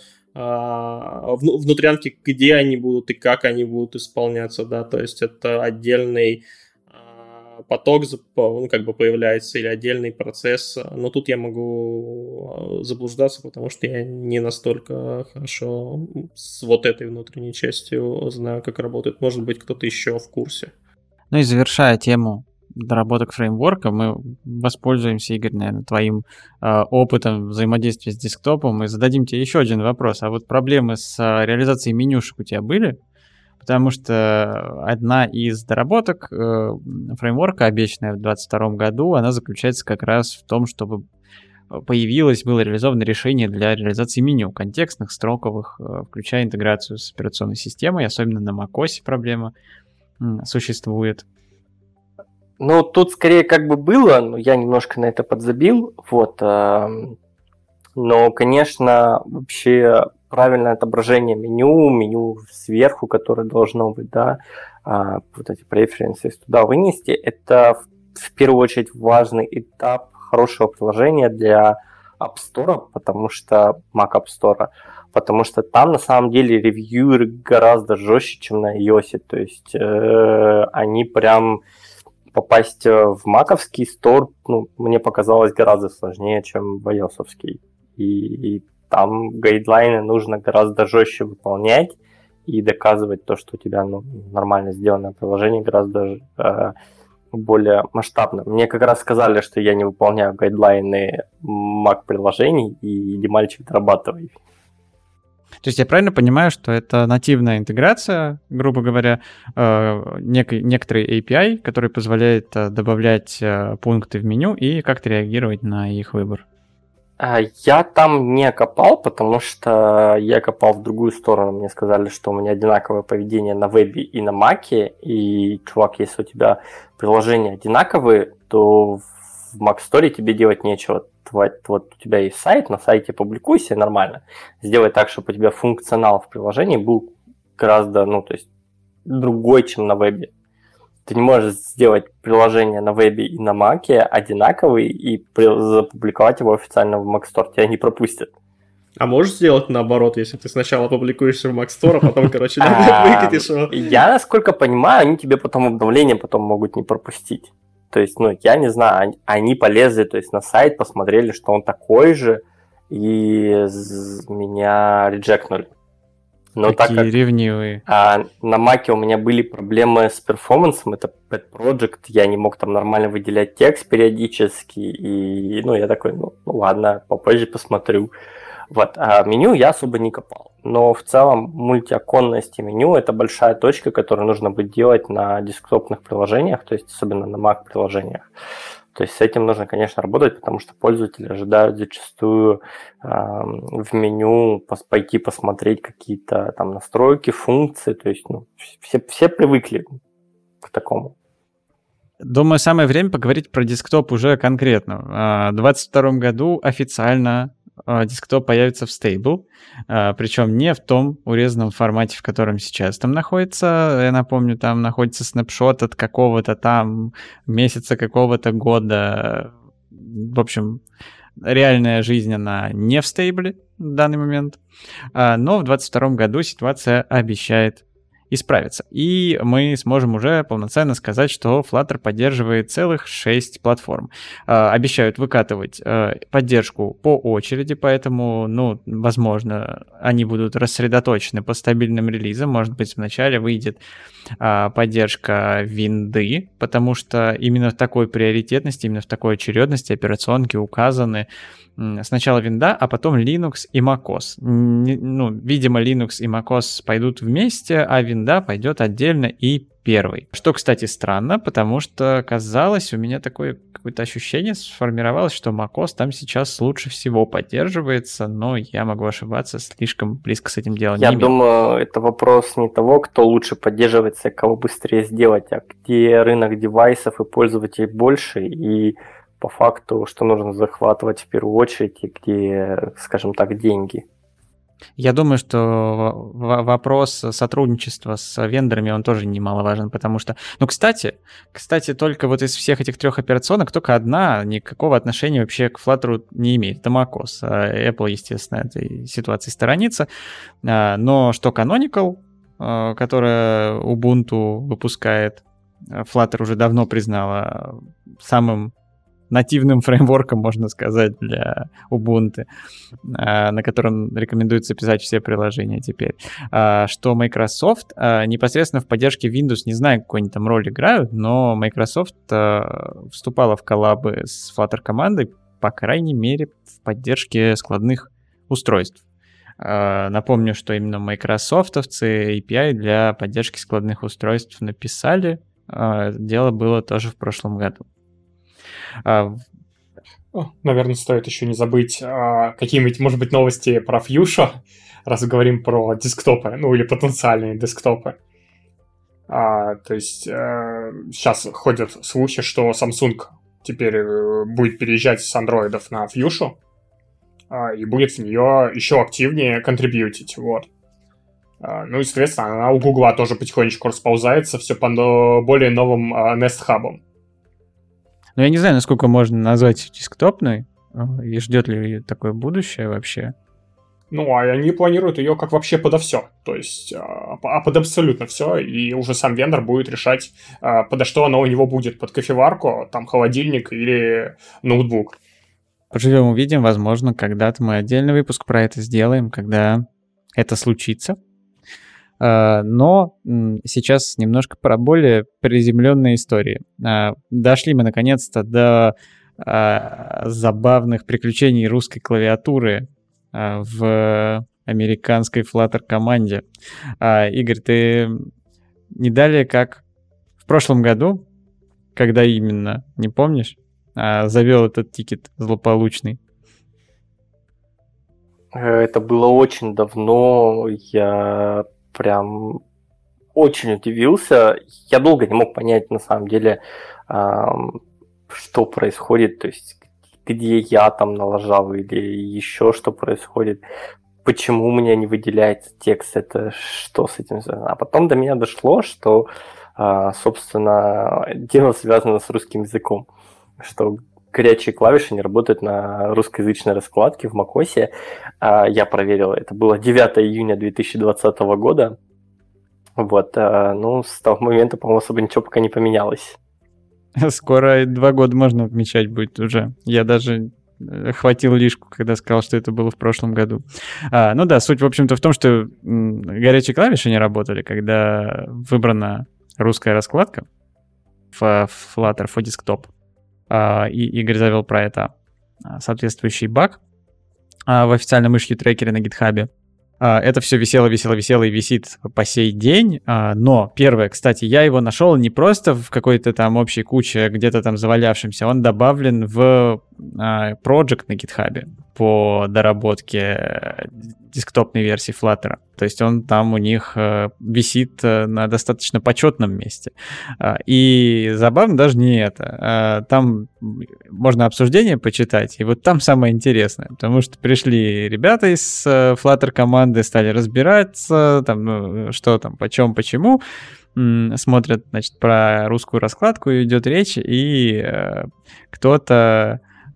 C: внутрянки, где они будут и как они будут исполняться, да, то есть это отдельный поток появляется или отдельный процесс, но тут я могу заблуждаться, потому что я не настолько хорошо с вот этой внутренней частью знаю, как работает. Может быть, кто-то еще в курсе.
A: Ну и завершая тему доработок фреймворка, мы воспользуемся, Игорь, наверное, твоим опытом взаимодействия с десктопом и зададим тебе еще один вопрос. А вот проблемы с реализацией менюшек у тебя были? Потому что одна из доработок фреймворка, обещанная в 2022 году, она заключается как раз в том, чтобы было реализовано решение для реализации меню, контекстных, строковых, включая интеграцию с операционной системой, особенно на macOS проблема существует.
D: Ну, тут скорее как бы было, но я немножко на это подзабил, вот. Но, конечно, вообще правильное отображение меню сверху, которое должно быть, да, вот эти preferences туда вынести, это в первую очередь важный этап хорошего приложения для App Store, потому что Mac App Store, потому что там на самом деле ревьюеры гораздо жестче, чем на iOS, то есть они прям попасть в маковский стор, мне показалось гораздо сложнее, чем в iOS-овский. И там гайдлайны нужно гораздо жестче выполнять и доказывать то, что у тебя нормально сделанное приложение, гораздо более масштабно. Мне как раз сказали, что я не выполняю гайдлайны Mac-приложений, и иди, мальчик, дорабатывай.
A: То есть я правильно понимаю, что это нативная интеграция, грубо говоря, некоторый API, который позволяет добавлять пункты в меню и как-то реагировать на их выбор?
D: Я там не копал, потому что я копал в другую сторону. Мне сказали, что у меня одинаковое поведение на вебе и на маке. И, чувак, если у тебя приложения одинаковые, то в Mac Store тебе делать нечего. Вот у тебя есть сайт, на сайте публикуйся нормально. Сделай так, чтобы у тебя функционал в приложении был гораздо, то есть другой, чем на вебе. Ты не можешь сделать приложение на вебе и на маке одинаковый и запубликовать его официально в Mac Store. Тебя не пропустят.
C: А можешь сделать наоборот, если ты сначала публикуешься в Mac Store, а потом, выкатишь его?
D: Я, насколько понимаю, они тебе потом обновление могут не пропустить. То есть, я не знаю, они полезли, то есть, на сайт, посмотрели, что он такой же, и меня реджектнули. Но
A: такие так как ревнивые.
D: На Маке у меня были проблемы с перформансом, это Pet Project, я не мог там нормально выделять текст периодически, и я такой, ладно, попозже посмотрю. Вот, а меню я особо не копал. Но в целом мультиоконность меню – это большая точка, которую нужно будет делать на десктопных приложениях, то есть особенно на Mac-приложениях. То есть с этим нужно, конечно, работать, потому что пользователи ожидают зачастую в меню пойти посмотреть какие-то там настройки, функции. То есть все привыкли к такому.
A: Думаю, самое время поговорить про десктоп уже конкретно. В 2022 году официально десктоп появится в Stable, причем не в том урезанном формате, в котором сейчас там находится. Я напомню, там находится снапшот от какого-то там месяца, какого-то года. В общем, реальная жизнь, она не в Stable в данный момент. Но в 2022 году ситуация обещает исправится. И мы сможем уже полноценно сказать, что Flutter поддерживает целых 6 платформ. Обещают выкатывать поддержку по очереди, поэтому, возможно, они будут рассредоточены по стабильным релизам. Может быть, вначале выйдет поддержка винды, потому что именно в такой приоритетности, именно в такой очередности операционки указаны сначала винда, а потом Linux и macOS. Видимо, Linux и macOS пойдут вместе, а винда пойдет отдельно и первый. Что, кстати, странно, потому что казалось, у меня такое какое-то ощущение сформировалось, что macOS там сейчас лучше всего поддерживается, но я могу ошибаться, слишком близко с этим делом не имею.
D: Я думаю, это вопрос не того, кто лучше поддерживается, кого быстрее сделать, а где рынок девайсов и пользователей больше, и по факту, что нужно захватывать в первую очередь, и где, скажем так, деньги.
A: Я думаю, что вопрос сотрудничества с вендорами, он тоже немаловажен, потому что... Кстати, только вот из всех этих 3 операционок только одна никакого отношения вообще к Flutter не имеет. Это macOS. Apple, естественно, этой ситуации сторонится. Но что Canonical, которая Ubuntu выпускает, Flutter уже давно признала самым нативным фреймворком, можно сказать, для Ubuntu, на котором рекомендуется писать все приложения теперь. Что Microsoft непосредственно в поддержке Windows, не знаю, какую они там роль играют, но Microsoft вступала в коллабы с Flutter командой, по крайней мере, в поддержке складных устройств. Напомню, что именно майкрософтовцы API для поддержки складных устройств написали. Дело было тоже в прошлом году.
B: Наверное, стоит еще не забыть какие-нибудь, может быть, новости про Fuchsia, раз говорим про десктопы, или потенциальные десктопы. То есть сейчас ходят слухи, что Samsung теперь будет переезжать с андроидов на Fuchsia и будет в нее еще активнее контрибьютить, вот. И, соответственно, она у Гугла тоже потихонечку расползается все по более новым Nest Hub'ам.
A: Но я не знаю, насколько можно назвать десктопной, и ждет ли ее такое будущее вообще.
B: Они планируют ее как вообще подо все, то есть под абсолютно все, и уже сам вендор будет решать, подо что оно у него будет, под кофеварку, там, холодильник или ноутбук.
A: Поживем, увидим, возможно, когда-то мы отдельный выпуск про это сделаем, когда это случится. Но сейчас немножко про более приземленные истории. Дошли мы наконец-то до забавных приключений русской клавиатуры в американской Flutter команде. Игорь, ты не далее, как в прошлом году, когда именно, не помнишь, завел этот тикет злополучный?
D: Это было очень давно, я прям очень удивился. Я долго не мог понять, на самом деле, что происходит, то есть где я там налажал или еще что происходит, почему у меня не выделяется текст, это что с этим связано. А потом до меня дошло, что, собственно, дело связано с русским языком, что горячие клавиши не работают на русскоязычной раскладке в macOS. Я проверил, это было 9 июня 2020 года. Вот, с того момента, по-моему, особо ничего пока не поменялось.
A: Скоро 2 года можно отмечать будет уже. Я даже хватил лишку, когда сказал, что это было в прошлом году. Суть, в общем-то, в том, что горячие клавиши не работали, когда выбрана русская раскладка в Flutter for Desktop. И Игорь завел про это соответствующий баг в официальном issue трекере на GitHub. Это все висело и висит по сей день. Но первое, кстати, я его нашел не просто в какой-то там общей куче, где-то там завалявшемся. Он добавлен в project на GitHub по доработке десктопной версии Flutter. То есть он там у них висит на достаточно почетном месте. И забавно даже не это. Там можно обсуждение почитать, и вот там самое интересное, потому что пришли ребята из Flutter команды, стали разбираться, там, что там, почем, почему, смотрят, значит, про русскую раскладку идет речь, и кто-то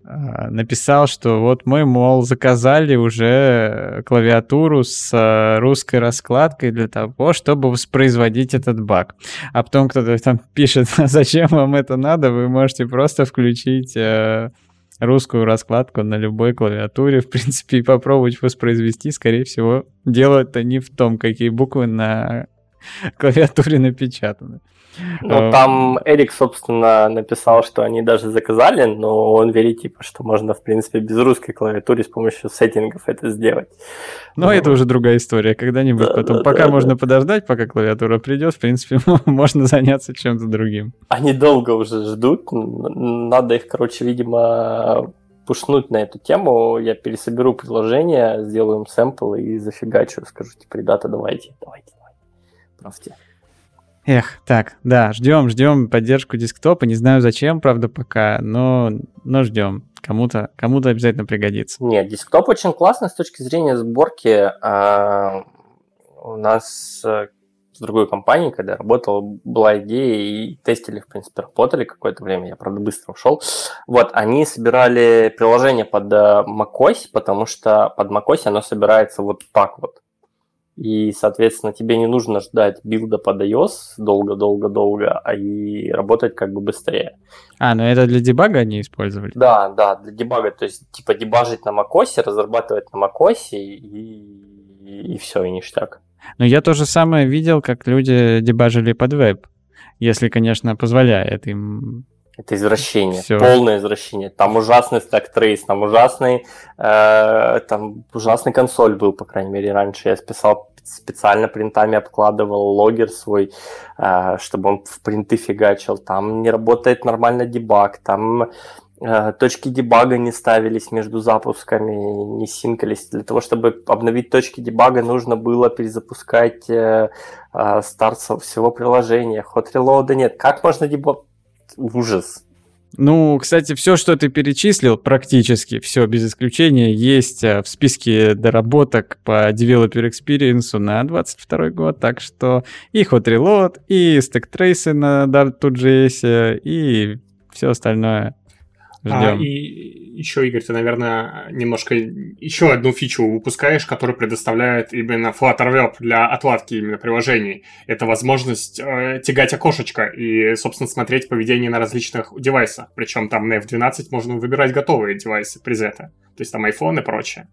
A: написал, что вот мы, мол, заказали уже клавиатуру с русской раскладкой для того, чтобы воспроизводить этот баг. А потом кто-то там пишет, зачем вам это надо, вы можете просто включить русскую раскладку на любой клавиатуре, в принципе, и попробовать воспроизвести. Скорее всего, дело-то не в том, какие буквы на клавиатуре напечатаны.
D: Ну, там Эрик, собственно, написал, что они даже заказали, но он верит, типа, что можно, в принципе, без русской клавиатуры с помощью сеттингов это сделать.
A: Но это уже другая история. Когда-нибудь потом. Пока можно подождать, пока клавиатура придет, в принципе, можно заняться чем-то другим.
D: Они долго уже ждут. Надо их, короче, видимо, пушнуть на эту тему. Я пересоберу приложение, сделаю им сэмпл и зафигачу. Скажу, типа, ребята, давайте. Правьте.
A: Эх, так, да, ждем поддержку десктопа. Не знаю зачем, правда, пока, но ждем. Кому-то обязательно пригодится.
D: Нет, десктоп очень классный с точки зрения сборки. У нас с другой компанией, когда я работал, была идея, и тестили, в принципе, работали какое-то время, я, правда, быстро ушел. Вот, они собирали приложение под macOS, потому что под macOS оно собирается вот так вот. И, соответственно, тебе не нужно ждать билда под iOS долго-долго-долго, а и работать как бы быстрее.
A: Но это для дебага они использовали?
D: Да, для дебага. То есть, типа, дебажить на macOS, разрабатывать на macOS, и все, и ништяк.
A: Но я то же самое видел, как люди дебажили под веб, если, конечно, позволяет им.
D: Это извращение,
A: Всё.
D: Полное извращение. Там ужасный stack trace, там ужасный консоль был, по крайней мере, раньше. Я специально принтами обкладывал логер свой, чтобы он в принты фигачил. Там не работает нормально дебаг, там точки дебага не ставились между запусками, не синкались. Для того, чтобы обновить точки дебага, нужно было перезапускать старт всего приложения. Hot reload нет. Как можно дебаг? Ужас.
A: Ну, кстати, все, что ты перечислил, практически все, без исключения, есть в списке доработок по Developer Experience на 22 год, так что и Hot Reload, и Stack Trace на Dart2JS, и все остальное. Ждем.
B: И еще, Игорь, ты, наверное, немножко еще одну фичу выпускаешь, которую предоставляет именно Flutter Web для отладки именно приложений. Это возможность тягать окошечко и, собственно, смотреть поведение на различных девайсах. Причем там на F12 можно выбирать готовые девайсы, презеты. То есть там iPhone и прочее.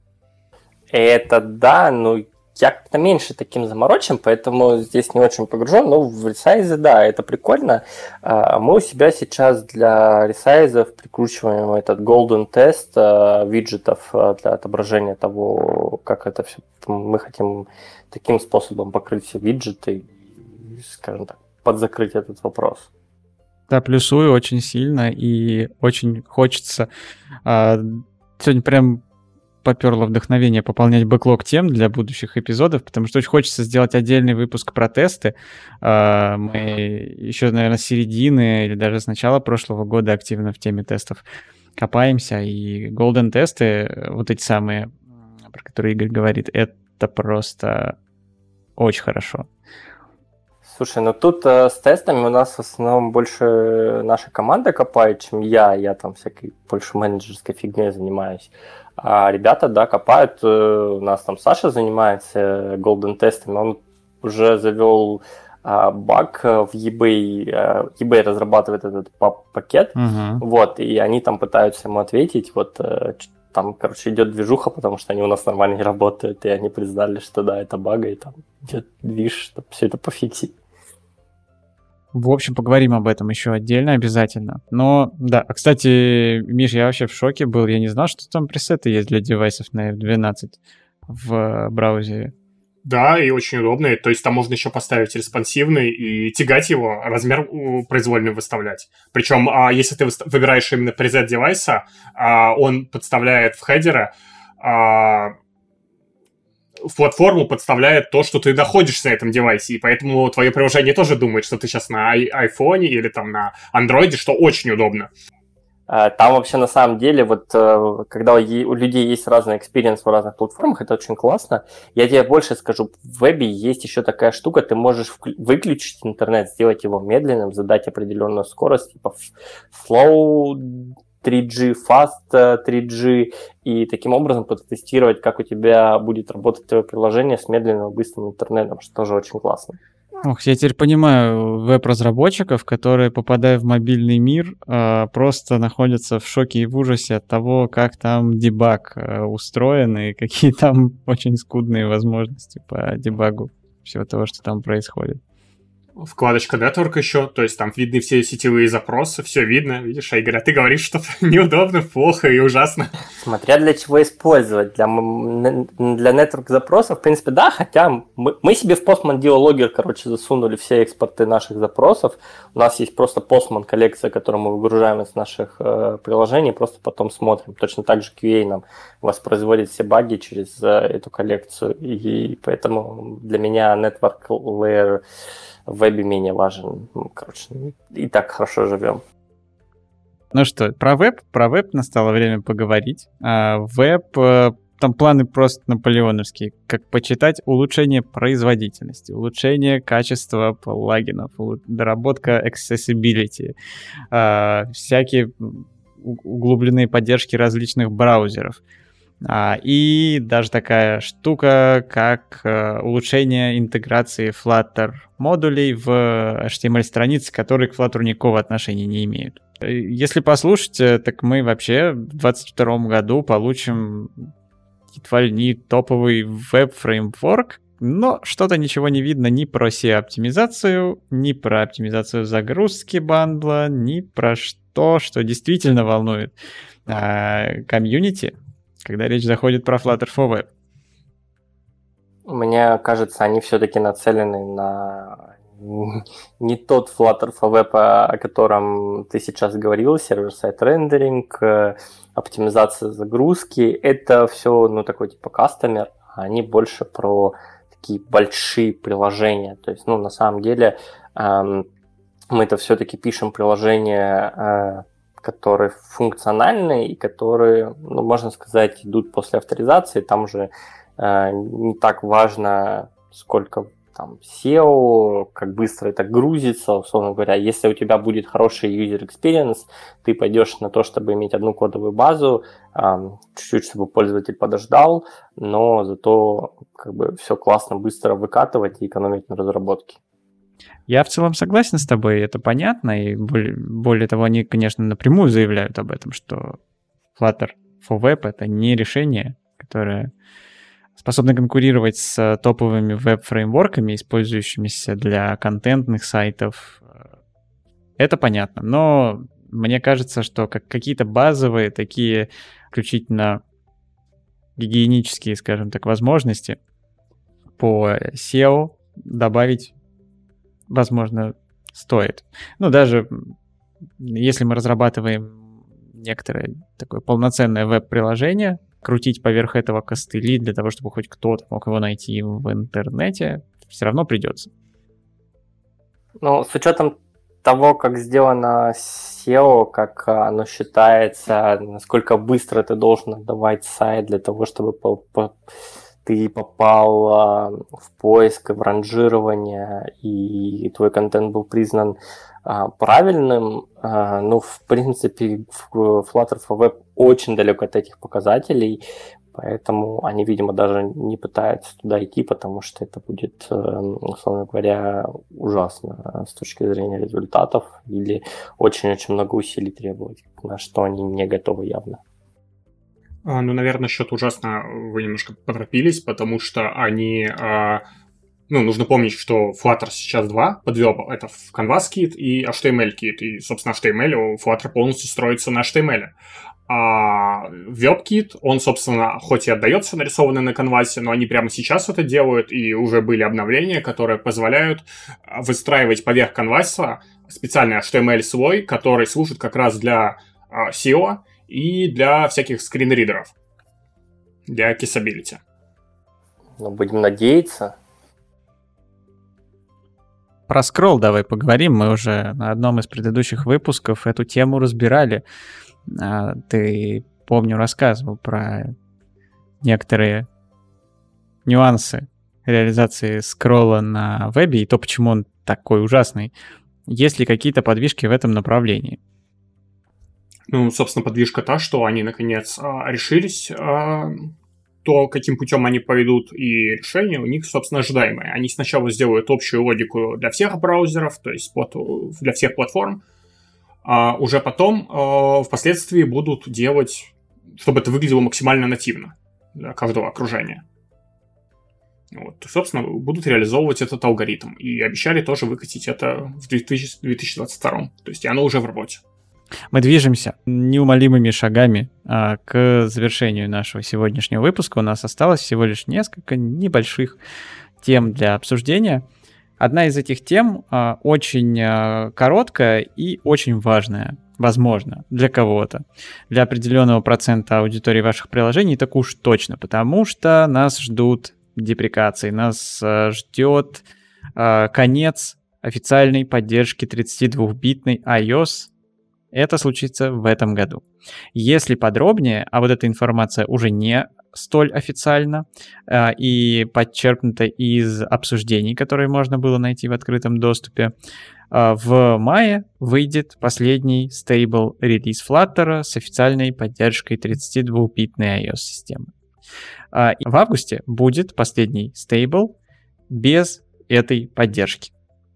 D: Это да, но я как-то меньше таким заморочен, поэтому здесь не очень погружен. Но в ресайзе, да, это прикольно. Мы у себя сейчас для ресайзов прикручиваем этот golden test виджетов для отображения того, как это все. Мы хотим таким способом покрыть все виджеты, скажем так, подзакрыть этот вопрос.
A: Да, плюсую очень сильно, и очень хочется. Сегодня прям поперло вдохновение пополнять бэклог тем для будущих эпизодов, потому что очень хочется сделать отдельный выпуск про тесты. Мы еще, наверное, с середины или даже с начала прошлого года активно в теме тестов копаемся, и golden тесты, вот эти самые, про которые Игорь говорит, это просто очень хорошо.
D: Слушай, ну тут с тестами у нас в основном больше наша команда копает, чем я. Я там всякой больше менеджерской фигней занимаюсь. А ребята, да, копают. У нас там Саша занимается golden тестами. Он уже завел баг в eBay. eBay разрабатывает этот пакет. Вот, и они там пытаются ему ответить. Вот там, короче, идет движуха, потому что они у нас нормально не работают, и они признали, что да, это баг, и там идет движ, чтобы все это пофиксить.
A: В общем, поговорим об этом еще отдельно обязательно. Но, да, кстати, Миш, я вообще в шоке был. Я не знал, что там пресеты есть для девайсов на F12 в браузере.
B: Да, и очень удобно. То есть там можно еще поставить респонсивный и тягать его, размер произвольный выставлять. Причем, если ты выбираешь именно презет девайса, он подставляет в хедеры, в платформу подставляет то, что ты находишься на этом девайсе, и поэтому твое приложение тоже думает, что ты сейчас на айфоне или там на андроиде, что очень удобно.
D: Там вообще на самом деле, вот когда у людей есть разный экспириенс в разных платформах, это очень классно. Я тебе больше скажу, в вебе есть еще такая штука, ты можешь выключить интернет, сделать его медленным, задать определенную скорость, типа slow 3G, Fast 3G, и таким образом протестировать, как у тебя будет работать твое приложение с медленным и быстрым интернетом, что тоже очень классно.
A: Ох, я теперь понимаю веб-разработчиков, которые, попадая в мобильный мир, просто находятся в шоке и в ужасе от того, как там дебаг устроен и какие там очень скудные возможности по дебагу всего того, что там происходит.
B: Вкладочка Network еще, то есть там видны все сетевые запросы, все видно, видишь, а Игорь, а ты говоришь, что неудобно, плохо и ужасно.
D: Смотря для чего использовать. Для network запросов, в принципе, да, хотя мы себе в Postman Geologger, засунули все экспорты наших запросов. У нас есть просто Postman коллекция, которую мы выгружаем из наших приложений, просто потом смотрим. Точно так же QA нам воспроизводит все баги через эту коллекцию, и поэтому для меня network layer в вебе менее важен. И так хорошо живем.
A: Ну что, про веб настало время поговорить. Веб, там планы просто наполеоновские. Как почитать: улучшение производительности, улучшение качества плагинов, доработка accessibility, всякие углубленные поддержки различных браузеров. И даже такая штука, как улучшение интеграции Flutter модулей в HTML-страницы, которые к Flutter никакого отношения не имеют. Если послушать, так мы вообще в 2022 году получим едва ли не топовый веб-фреймворк, но что-то ничего не видно ни про SEO-оптимизацию, ни про оптимизацию загрузки бандла, ни про что действительно волнует комьюнити, когда речь заходит про Flutter for Web.
D: Мне кажется, они все-таки нацелены на не тот Flutter for Web, о котором ты сейчас говорил, сервер-сайд рендеринг, оптимизация загрузки. Это все, такой типа кастомер, а они больше про такие большие приложения. То есть, на самом деле, мы-то все-таки пишем приложения, которые функциональные и которые, можно сказать, идут после авторизации. Там уже не так важно, сколько там SEO, как быстро это грузится, условно говоря. Если у тебя будет хороший user experience, ты пойдешь на то, чтобы иметь одну кодовую базу, чуть-чуть, чтобы пользователь подождал, но зато все классно, быстро выкатывать и экономить на разработке.
A: Я в целом согласен с тобой, это понятно, и более того, они, конечно, напрямую заявляют об этом, что Flutter for Web — это не решение, которое способно конкурировать с топовыми веб-фреймворками, использующимися для контентных сайтов. Это понятно, но мне кажется, что какие-то базовые такие исключительно гигиенические, скажем так, возможности по SEO добавить, возможно, стоит. Даже если мы разрабатываем некоторое такое полноценное веб-приложение, крутить поверх этого костыли для того, чтобы хоть кто-то мог его найти в интернете, все равно придется.
D: С учетом того, как сделано SEO, как оно считается, насколько быстро ты должен отдавать сайт для того, чтобы ты попал в поиск, в ранжирование, и твой контент был признан правильным. В принципе, Flutter for Web очень далек от этих показателей, поэтому они, видимо, даже не пытаются туда идти, потому что это будет, условно говоря, ужасно с точки зрения результатов или очень-очень много усилий требовать, на что они не готовы явно.
B: Наверное, насчет ужасно вы немножко поторопились, потому что они... нужно помнить, что Flutter сейчас 2 подвёл. Это CanvasKit и HTML-кит. И, собственно, HTML, Flutter полностью строится на HTML. А WebKit, он, собственно, хоть и отдается нарисованное на канвасе, но они прямо сейчас это делают, и уже были обновления, которые позволяют выстраивать поверх канваса специальный HTML-слой, который служит как раз для SEO и для всяких скринридеров, для кисабилити.
D: Будем надеяться.
A: Про скролл давай поговорим. Мы уже на одном из предыдущих выпусков эту тему разбирали. Ты, помню, рассказывал про некоторые нюансы реализации скролла на вебе и то, почему он такой ужасный. Есть ли какие-то подвижки в этом направлении?
B: Ну, собственно, подвижка та, что они, наконец, решились, то, каким путем они поведут, и решение у них, собственно, ожидаемое. Они сначала сделают общую логику для всех браузеров, то есть для всех платформ, а уже потом, впоследствии, будут делать, чтобы это выглядело максимально нативно для каждого окружения. Вот, собственно, будут реализовывать этот алгоритм. И обещали тоже выкатить это в 2022. То есть и оно уже в работе.
A: Мы движемся неумолимыми шагами к завершению нашего сегодняшнего выпуска. У нас осталось всего лишь несколько небольших тем для обсуждения. Одна из этих тем очень короткая и очень важная, возможно, для кого-то. Для определенного процента аудитории ваших приложений так уж точно, потому что нас ждут депрекации, нас ждет конец официальной поддержки 32-битной iOS. Это случится в этом году. Если подробнее, а вот эта информация уже не столь официальна и подчеркнута из обсуждений, которые можно было найти в открытом доступе, в мае выйдет последний стейбл релиз Flutter с официальной поддержкой 32-битной iOS-системы. В августе будет последний стейбл без этой поддержки.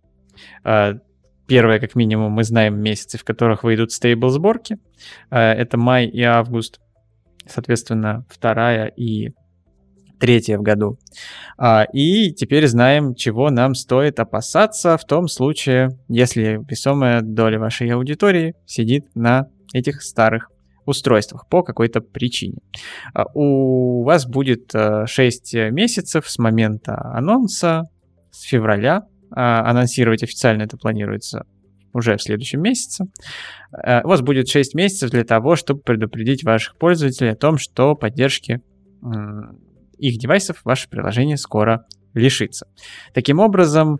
A: Первое, как минимум, мы знаем месяцы, в которых выйдут стейбл-сборки. Это май и август. Соответственно, 2 и 3 в году. И теперь знаем, чего нам стоит опасаться в том случае, если весомая доля вашей аудитории сидит на этих старых устройствах по какой-то причине. У вас будет 6 месяцев с момента анонса, с февраля. Анонсировать официально это планируется уже в следующем месяце. У вас будет 6 месяцев для того, чтобы предупредить ваших пользователей о том, что поддержки их девайсов ваше приложение скоро лишится. Таким образом,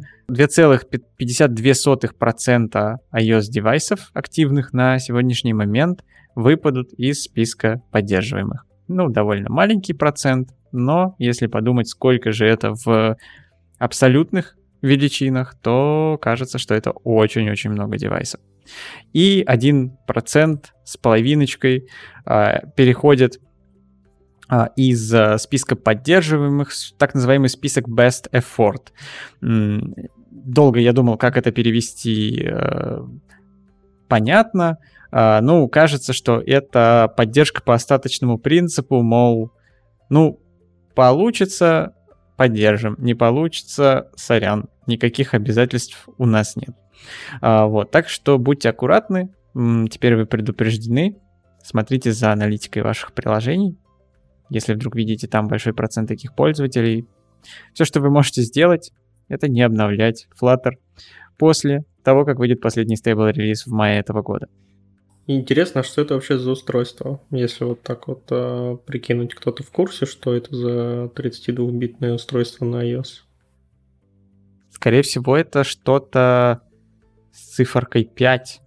A: 2,52% iOS-девайсов, активных на сегодняшний момент, выпадут из списка поддерживаемых. Ну, довольно маленький процент, но если подумать, сколько же это в абсолютных величинах, то кажется, что это очень-очень много девайсов. И 1% с половиночкой переходит из списка поддерживаемых в так называемый список Best Effort. Долго я думал, как это перевести понятно. Ну, кажется, что это поддержка по остаточному принципу, мол, ну, получится, поддержим, не получится, сорян, никаких обязательств у нас нет. Вот, так что будьте аккуратны, теперь вы предупреждены, смотрите за аналитикой ваших приложений, если вдруг видите там большой процент таких пользователей. Все, что вы можете сделать, это не обновлять Flutter после того, как выйдет последний стейбл-релиз в мае этого года.
C: Интересно, что это вообще за устройство? Если вот так вот прикинуть, кто-то в курсе, что это за 32-битное устройство на iOS?
A: Скорее всего, это что-то с циферкой 5.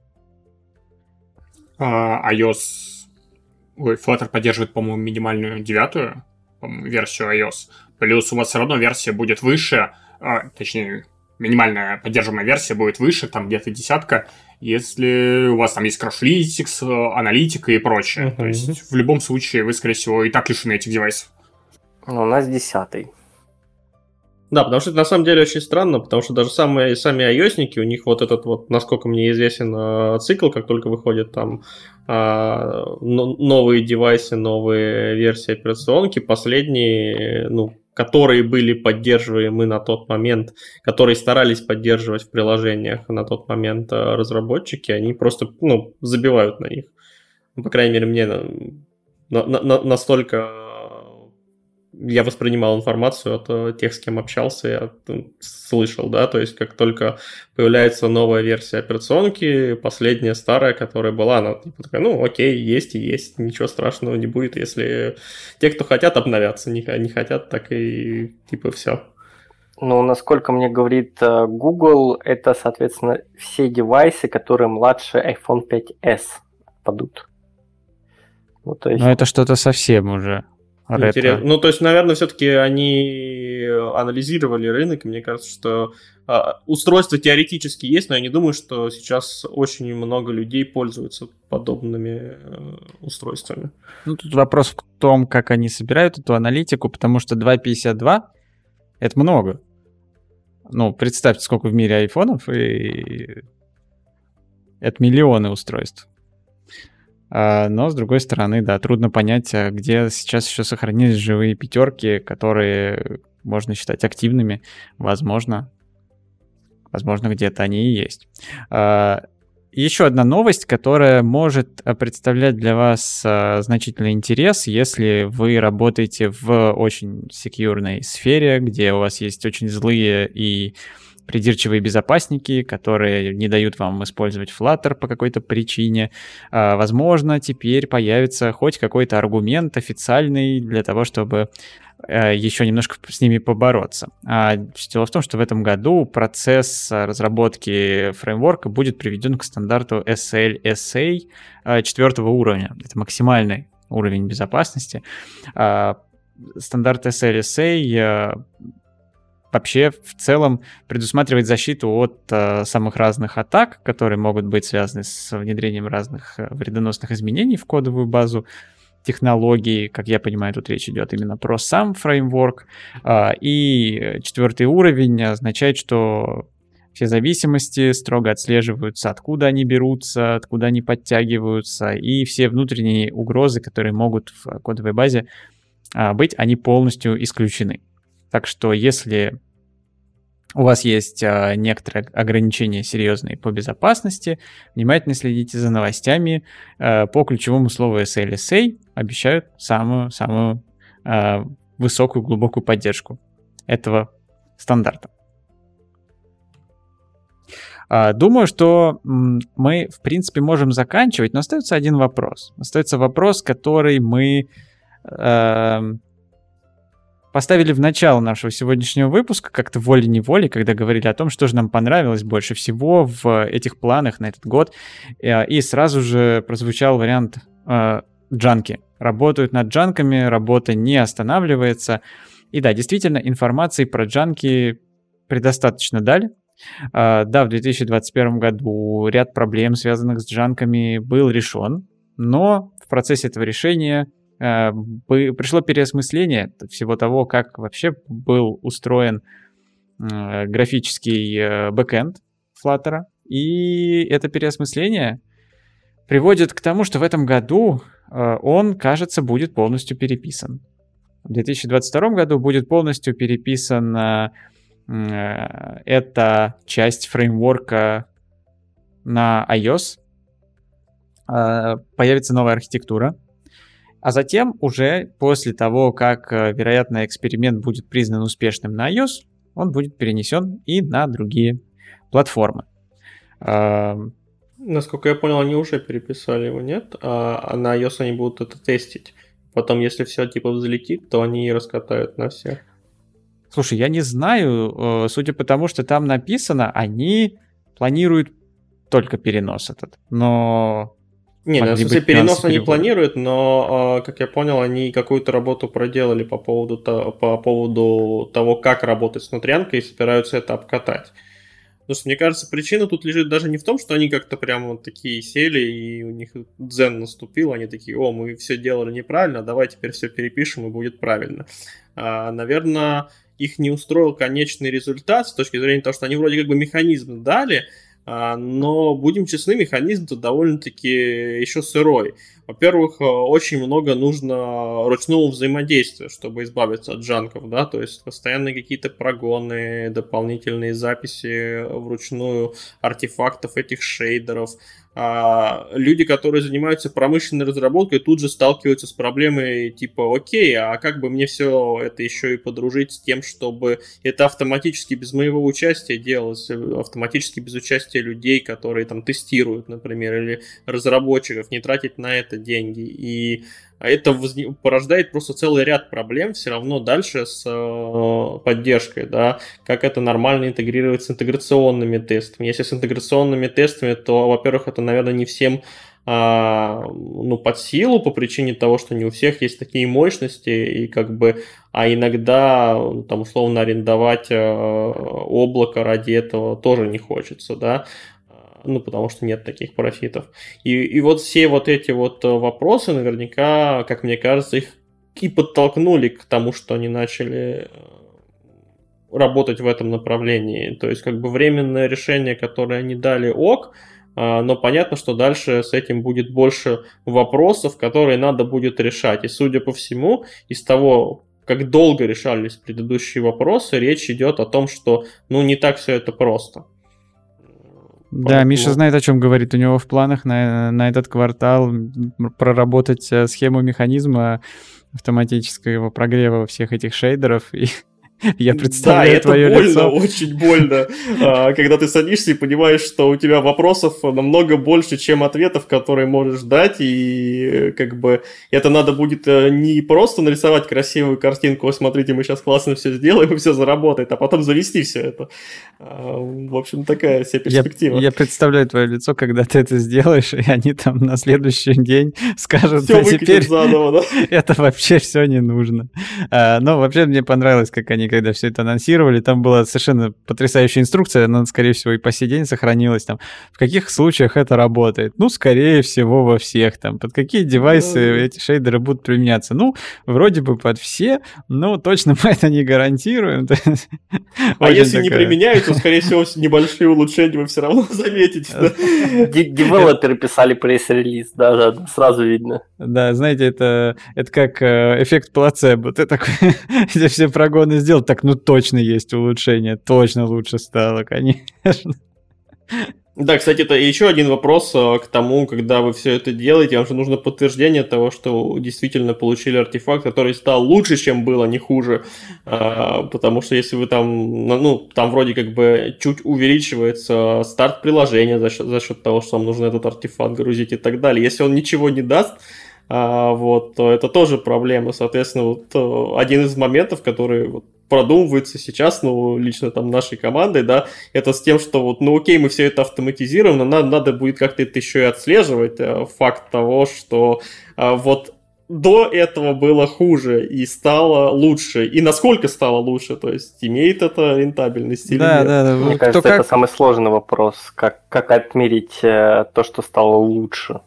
B: Flutter поддерживает, по-моему, минимальную 9-ю версию iOS. Плюс у вас все равно версия будет выше, точнее, минимальная поддерживаемая версия будет выше, там где-то 10, если у вас там есть Crashlytics, аналитика и прочее. То есть в любом случае вы, скорее всего, и так лишены этих девайсов.
D: Ну, у нас 10.
C: Да, потому что это на самом деле очень странно, потому что даже сами iOS-ники, у них вот этот вот, насколько мне известен, цикл, как только выходят там новые девайсы, новые версии операционки, последние, ну, которые были поддерживаемы на тот момент, которые старались поддерживать в приложениях на тот момент разработчики, они просто, ну, забивают на них. По крайней мере, мне настолько я воспринимал информацию от тех, с кем общался, я слышал, да, то есть как только появляется новая версия операционки, последняя старая, которая была, она типа такая, ну окей, есть и есть, ничего страшного не будет, если те, кто хотят, обновятся, не хотят, так и типа все.
D: Ну, насколько мне говорит Google, это, соответственно, все девайсы, которые младше iPhone 5s падут.
A: Ну, то есть... Но это что-то совсем уже ретро.
C: Ну, то есть, наверное, все-таки они анализировали рынок, и мне кажется, что устройства теоретически есть, но я не думаю, что сейчас очень много людей пользуются подобными устройствами.
A: Ну, тут вопрос в том, как они собирают эту аналитику, потому что 2.52 — это много. Ну, представьте, сколько в мире айфонов, и это миллионы устройств. Но, с другой стороны, да, трудно понять, где сейчас еще сохранились живые пятерки, которые можно считать активными. Возможно, где-то они и есть. Еще одна новость, которая может представлять для вас значительный интерес, если вы работаете в очень секьюрной сфере, где у вас есть очень злые и придирчивые безопасники, которые не дают вам использовать Flutter по какой-то причине. Возможно, теперь появится хоть какой-то аргумент официальный для того, чтобы еще немножко с ними побороться. Дело в том, что в этом году процесс разработки фреймворка будет приведен к стандарту SLSA 4 уровня. Это максимальный уровень безопасности. Стандарт SLSA вообще в целом предусматривает защиту от самых разных атак, которые могут быть связаны с внедрением разных вредоносных изменений в кодовую базу технологий. Как я понимаю, тут речь идет именно про сам фреймворк. И 4 уровень означает, что все зависимости строго отслеживаются, откуда они берутся, откуда они подтягиваются, и все внутренние угрозы, которые могут в кодовой базе быть, они полностью исключены. Так что если у вас есть некоторые ограничения серьезные по безопасности, внимательно следите за новостями. По ключевому слову SLSA обещают самую высокую, глубокую поддержку этого стандарта. Думаю, что мы, в принципе, можем заканчивать, но остается один вопрос. Остается вопрос, который мы поставили в начало нашего сегодняшнего выпуска, как-то волей-неволей, когда говорили о том, что же нам понравилось больше всего в этих планах на этот год. И сразу же прозвучал вариант джанки. Работают над джанками, работа не останавливается. И да, действительно, информации про джанки предостаточно дали. Да, в 2021 году ряд проблем, связанных с джанками, был решен, но в процессе этого решения пришло переосмысление всего того, как вообще был устроен графический бэкэнд Flutter. И это переосмысление приводит к тому, что в этом году он, кажется, будет полностью переписан. В 2022 году будет полностью переписан эта часть фреймворка на iOS. Появится новая архитектура. А затем уже после того, как, вероятно, эксперимент будет признан успешным на iOS, он будет перенесен и на другие платформы.
C: Насколько я понял, они уже переписали его, нет? А на iOS они будут это тестить. Потом, если все типа взлетит, то они раскатают на всех.
A: Слушай, я не знаю, судя по тому, что там написано, они планируют только перенос этот, но...
C: Не, в смысле, перенос они планируют, но, как я понял, они какую-то работу проделали по поводу того, как работать с внутрянкой, и собираются это обкатать. Потому что, мне кажется, причина тут лежит даже не в том, что они как-то прямо вот такие сели, и у них дзен наступил, они такие: о, мы все делали неправильно, давай теперь все перепишем, и будет правильно. Наверное, их не устроил конечный результат с точки зрения того, что они вроде как бы механизм дали, но, будем честны, механизм-то довольно-таки еще сырой. Во-первых, очень много нужно ручного взаимодействия, чтобы избавиться от джанков, да, то есть постоянные какие-то прогоны, дополнительные записи вручную артефактов этих шейдеров. Люди, которые занимаются промышленной разработкой, тут же сталкиваются с проблемой типа: окей, а как бы мне все это еще и подружить с тем, чтобы это автоматически без моего участия делалось, автоматически без участия людей, которые там тестируют, например, или разработчиков, не тратить на это деньги. И это порождает просто целый ряд проблем все равно дальше с поддержкой, да, как это нормально интегрировать с интеграционными тестами. Если с интеграционными тестами, то, во-первых, это, наверное, не всем под силу по причине того, что не у всех есть такие мощности, и а иногда там условно арендовать облако ради этого тоже не хочется, да, потому что нет таких профитов. И вот все вот эти вот вопросы наверняка, как мне кажется, их и подтолкнули к тому, что они начали работать в этом направлении. То есть временное решение, которое они дали, но понятно, что дальше с этим будет больше вопросов, которые надо будет решать. И судя по всему, из того, как долго решались предыдущие вопросы, речь идет о том, что не так все это просто.
A: Да, поэтому... Миша знает, о чем говорит. У него в планах на этот квартал проработать схему механизма автоматического прогрева всех этих шейдеров. И я представляю твое лицо.
C: Да, это больно, очень больно, когда ты садишься и понимаешь, что у тебя вопросов намного больше, чем ответов, которые можешь дать, и это надо будет не просто нарисовать красивую картинку, смотрите, мы сейчас классно все сделаем, и все заработает, а потом завести все это. В общем, такая вся перспектива.
A: Я представляю твое лицо, когда ты это сделаешь, и они там на следующий день скажут,
C: все теперь заново, да?
A: Это вообще все не нужно. Но вообще мне понравилось, как они когда все это анонсировали, там была совершенно потрясающая инструкция, она, скорее всего, и по сей день сохранилась. Там, в каких случаях это работает? Скорее всего, во всех. Там, под какие девайсы эти шейдеры будут применяться? Вроде бы под все, но точно мы это не гарантируем.
C: А если не применяются, скорее всего, небольшие улучшения вы все равно заметите.
D: Девелоперы писали пресс-релиз, даже сразу видно.
A: Да, знаете, это как эффект плацебо. Ты такой, где все прогоны сделал, так точно есть улучшение, точно лучше стало, конечно.
C: Да, кстати, это еще один вопрос к тому, когда вы все это делаете, вам же нужно подтверждение того, что действительно получили артефакт, который стал лучше, чем было, не хуже, потому что если вы там, там вроде чуть увеличивается старт приложения за счет того, что вам нужно этот артефакт грузить и так далее. Если он ничего не даст, то это тоже проблема. Соответственно, один из моментов, который продумывается сейчас, лично там нашей командой, да, это с тем, что окей, мы все это автоматизируем, но надо будет как-то это еще и отслеживать, факт того, что до этого было хуже и стало лучше. И насколько стало лучше, то есть имеет это рентабельность или нет?
A: Да.
D: Мне кажется, это самый сложный вопрос, как отмерить то, что стало лучше.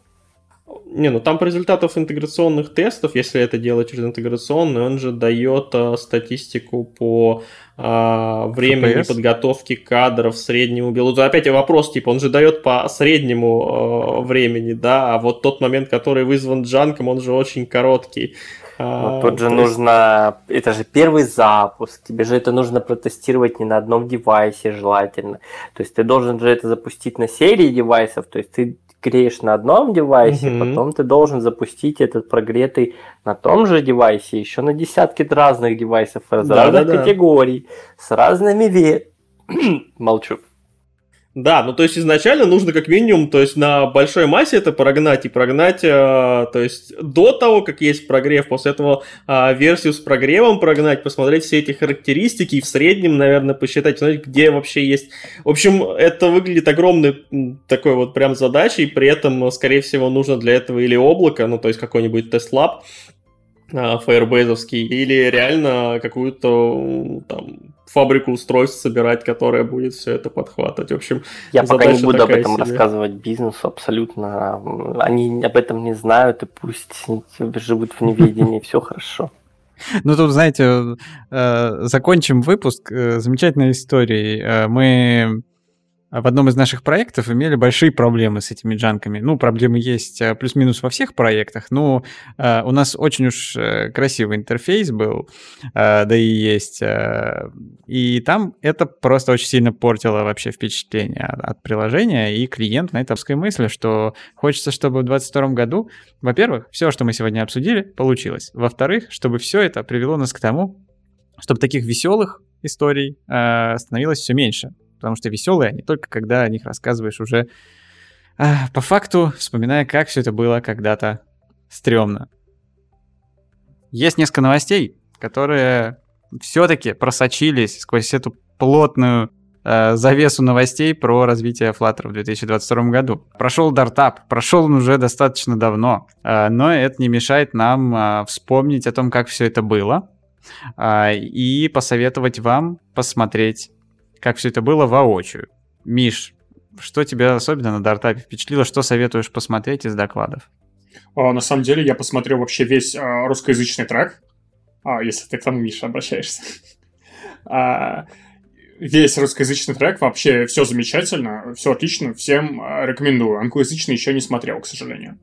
C: Там по результатам интеграционных тестов, если это делать через интеграционный, он же дает статистику по времени FPS? Подготовки кадров, среднему билду. Опять вопрос, он же дает по среднему времени, да, а тот момент, который вызван джанком, он же очень короткий.
D: Тут же нужно, это же первый запуск, тебе же это нужно протестировать не на одном девайсе желательно. То есть ты должен же это запустить на серии девайсов, то есть ты греешь на одном девайсе, потом ты должен запустить этот прогретый на том же девайсе, еще на десятки разных девайсов из разных категорий, с разными Молчу.
C: Да, то есть изначально нужно как минимум, то есть на большой массе это прогнать, то есть до того, как есть прогрев, после этого версию с прогревом прогнать, посмотреть все эти характеристики и в среднем, наверное, посчитать, смотреть, где вообще есть. В общем, это выглядит огромной такой прям задачей, при этом, скорее всего, нужно для этого или облако, то есть какой-нибудь тест-лаб, фаербейзовский, или реально какую-то фабрику устройств собирать, которая будет все это подхватывать. В общем,
D: я пока не буду об этом рассказывать бизнесу абсолютно. Они об этом не знают, и пусть живут в неведении, все хорошо.
A: Тут, знаете, закончим выпуск замечательной историей. Мы в одном из наших проектов имели большие проблемы с этими джанками. Проблемы есть плюс-минус во всех проектах, но у нас очень уж красивый интерфейс был, да и есть. И там это просто очень сильно портило вообще впечатление от приложения, и клиент на этой мысли, что хочется, чтобы в 2022 году, во-первых, все, что мы сегодня обсудили, получилось. Во-вторых, чтобы все это привело нас к тому, чтобы таких веселых историй становилось все меньше. Потому что веселые они только когда о них рассказываешь уже по факту, вспоминая, как все это было когда-то стрёмно. Есть несколько новостей, которые все-таки просочились сквозь эту плотную завесу новостей про развитие Flutter в 2022 году. Прошел дартап, прошел он уже достаточно давно, но это не мешает нам вспомнить о том, как все это было, и посоветовать вам посмотреть, как все это было воочию. Миш, что тебя особенно на дартапе впечатлило, что советуешь посмотреть из докладов?
B: На самом деле я посмотрел вообще весь русскоязычный трек, если ты к тому, Миша, обращаешься. Весь русскоязычный трек, вообще все замечательно, все отлично, всем рекомендую. Англоязычный еще не смотрел, к сожалению.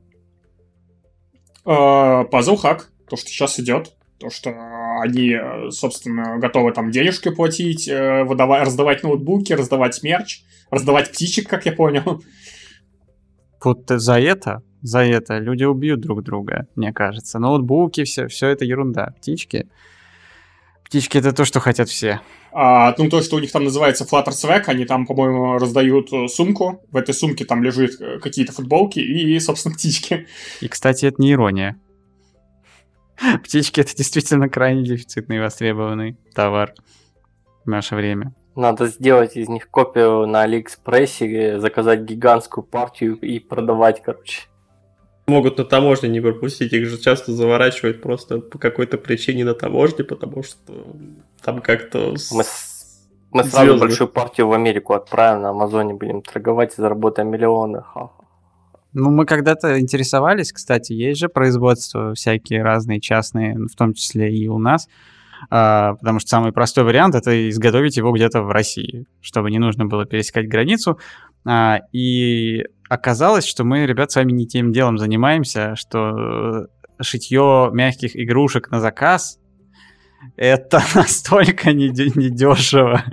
B: Puzzle Hack, то, что сейчас идет, то, что они, собственно, готовы там денежки платить, раздавать ноутбуки, раздавать мерч, раздавать птичек, как я понял.
A: Вот за это люди убьют друг друга, мне кажется. Ноутбуки, все это ерунда. Птички это то, что хотят все.
B: То, что у них там называется Flutter Swag, они там, по-моему, раздают сумку. В этой сумке там лежат какие-то футболки и, собственно, птички.
A: И, кстати, это не ирония. Птички — это действительно крайне дефицитный и востребованный товар в наше время.
D: Надо сделать из них копию на Алиэкспрессе, заказать гигантскую партию и продавать, короче.
C: Могут на таможне не пропустить, их же часто заворачивают просто по какой-то причине на таможне, потому что там как-то...
D: Мы сразу большую партию в Америку отправим, на Амазоне будем торговать и заработаем миллионы.
A: Мы когда-то интересовались, кстати, есть же производства всякие разные частные, в том числе и у нас, потому что самый простой вариант — это изготовить его где-то в России, чтобы не нужно было пересекать границу. И оказалось, что мы, ребят, с вами не тем делом занимаемся, что шитье мягких игрушек на заказ — это настолько недешево,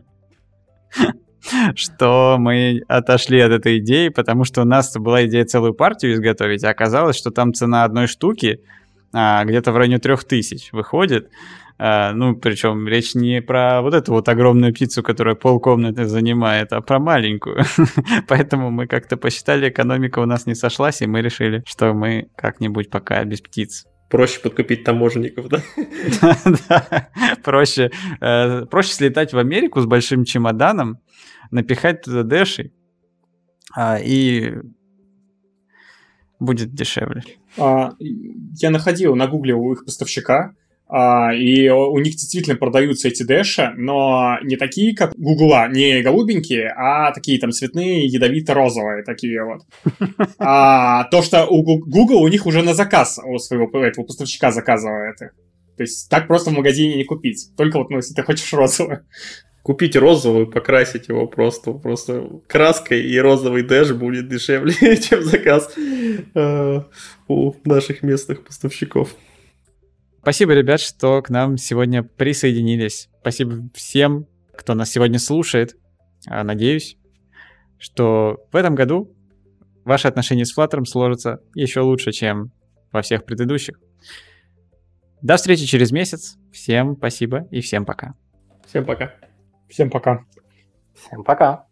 A: что мы отошли от этой идеи, потому что у нас была идея целую партию изготовить, а оказалось, что там цена одной штуки где-то в районе 3000 выходит. Причем речь не про вот эту вот огромную птицу, которая полкомнаты занимает, а про маленькую. Поэтому мы как-то посчитали, экономика у нас не сошлась, и мы решили, что мы как-нибудь пока без птиц.
C: Проще подкупить таможенников, да?
A: Да, проще слетать в Америку с большим чемоданом, напихать туда дэши, и будет дешевле.
B: Я находил, нагуглил их поставщика, и у них действительно продаются эти дэши, но не такие, как Гугла, не голубенькие, а такие там цветные, ядовито-розовые такие вот. То, что у Google у них уже на заказ у своего этого поставщика заказывает их. То есть так просто в магазине не купить. Только если ты хочешь розовый.
C: Купить розовый, покрасить его просто краской, и розовый дэш будет дешевле, чем заказ у наших местных поставщиков.
A: Спасибо, ребят, что к нам сегодня присоединились. Спасибо всем, кто нас сегодня слушает. Надеюсь, что в этом году ваши отношения с Flutter сложатся еще лучше, чем во всех предыдущих. До встречи через месяц. Всем спасибо и всем пока.
C: Всем пока.
B: Всем пока.
D: Всем пока.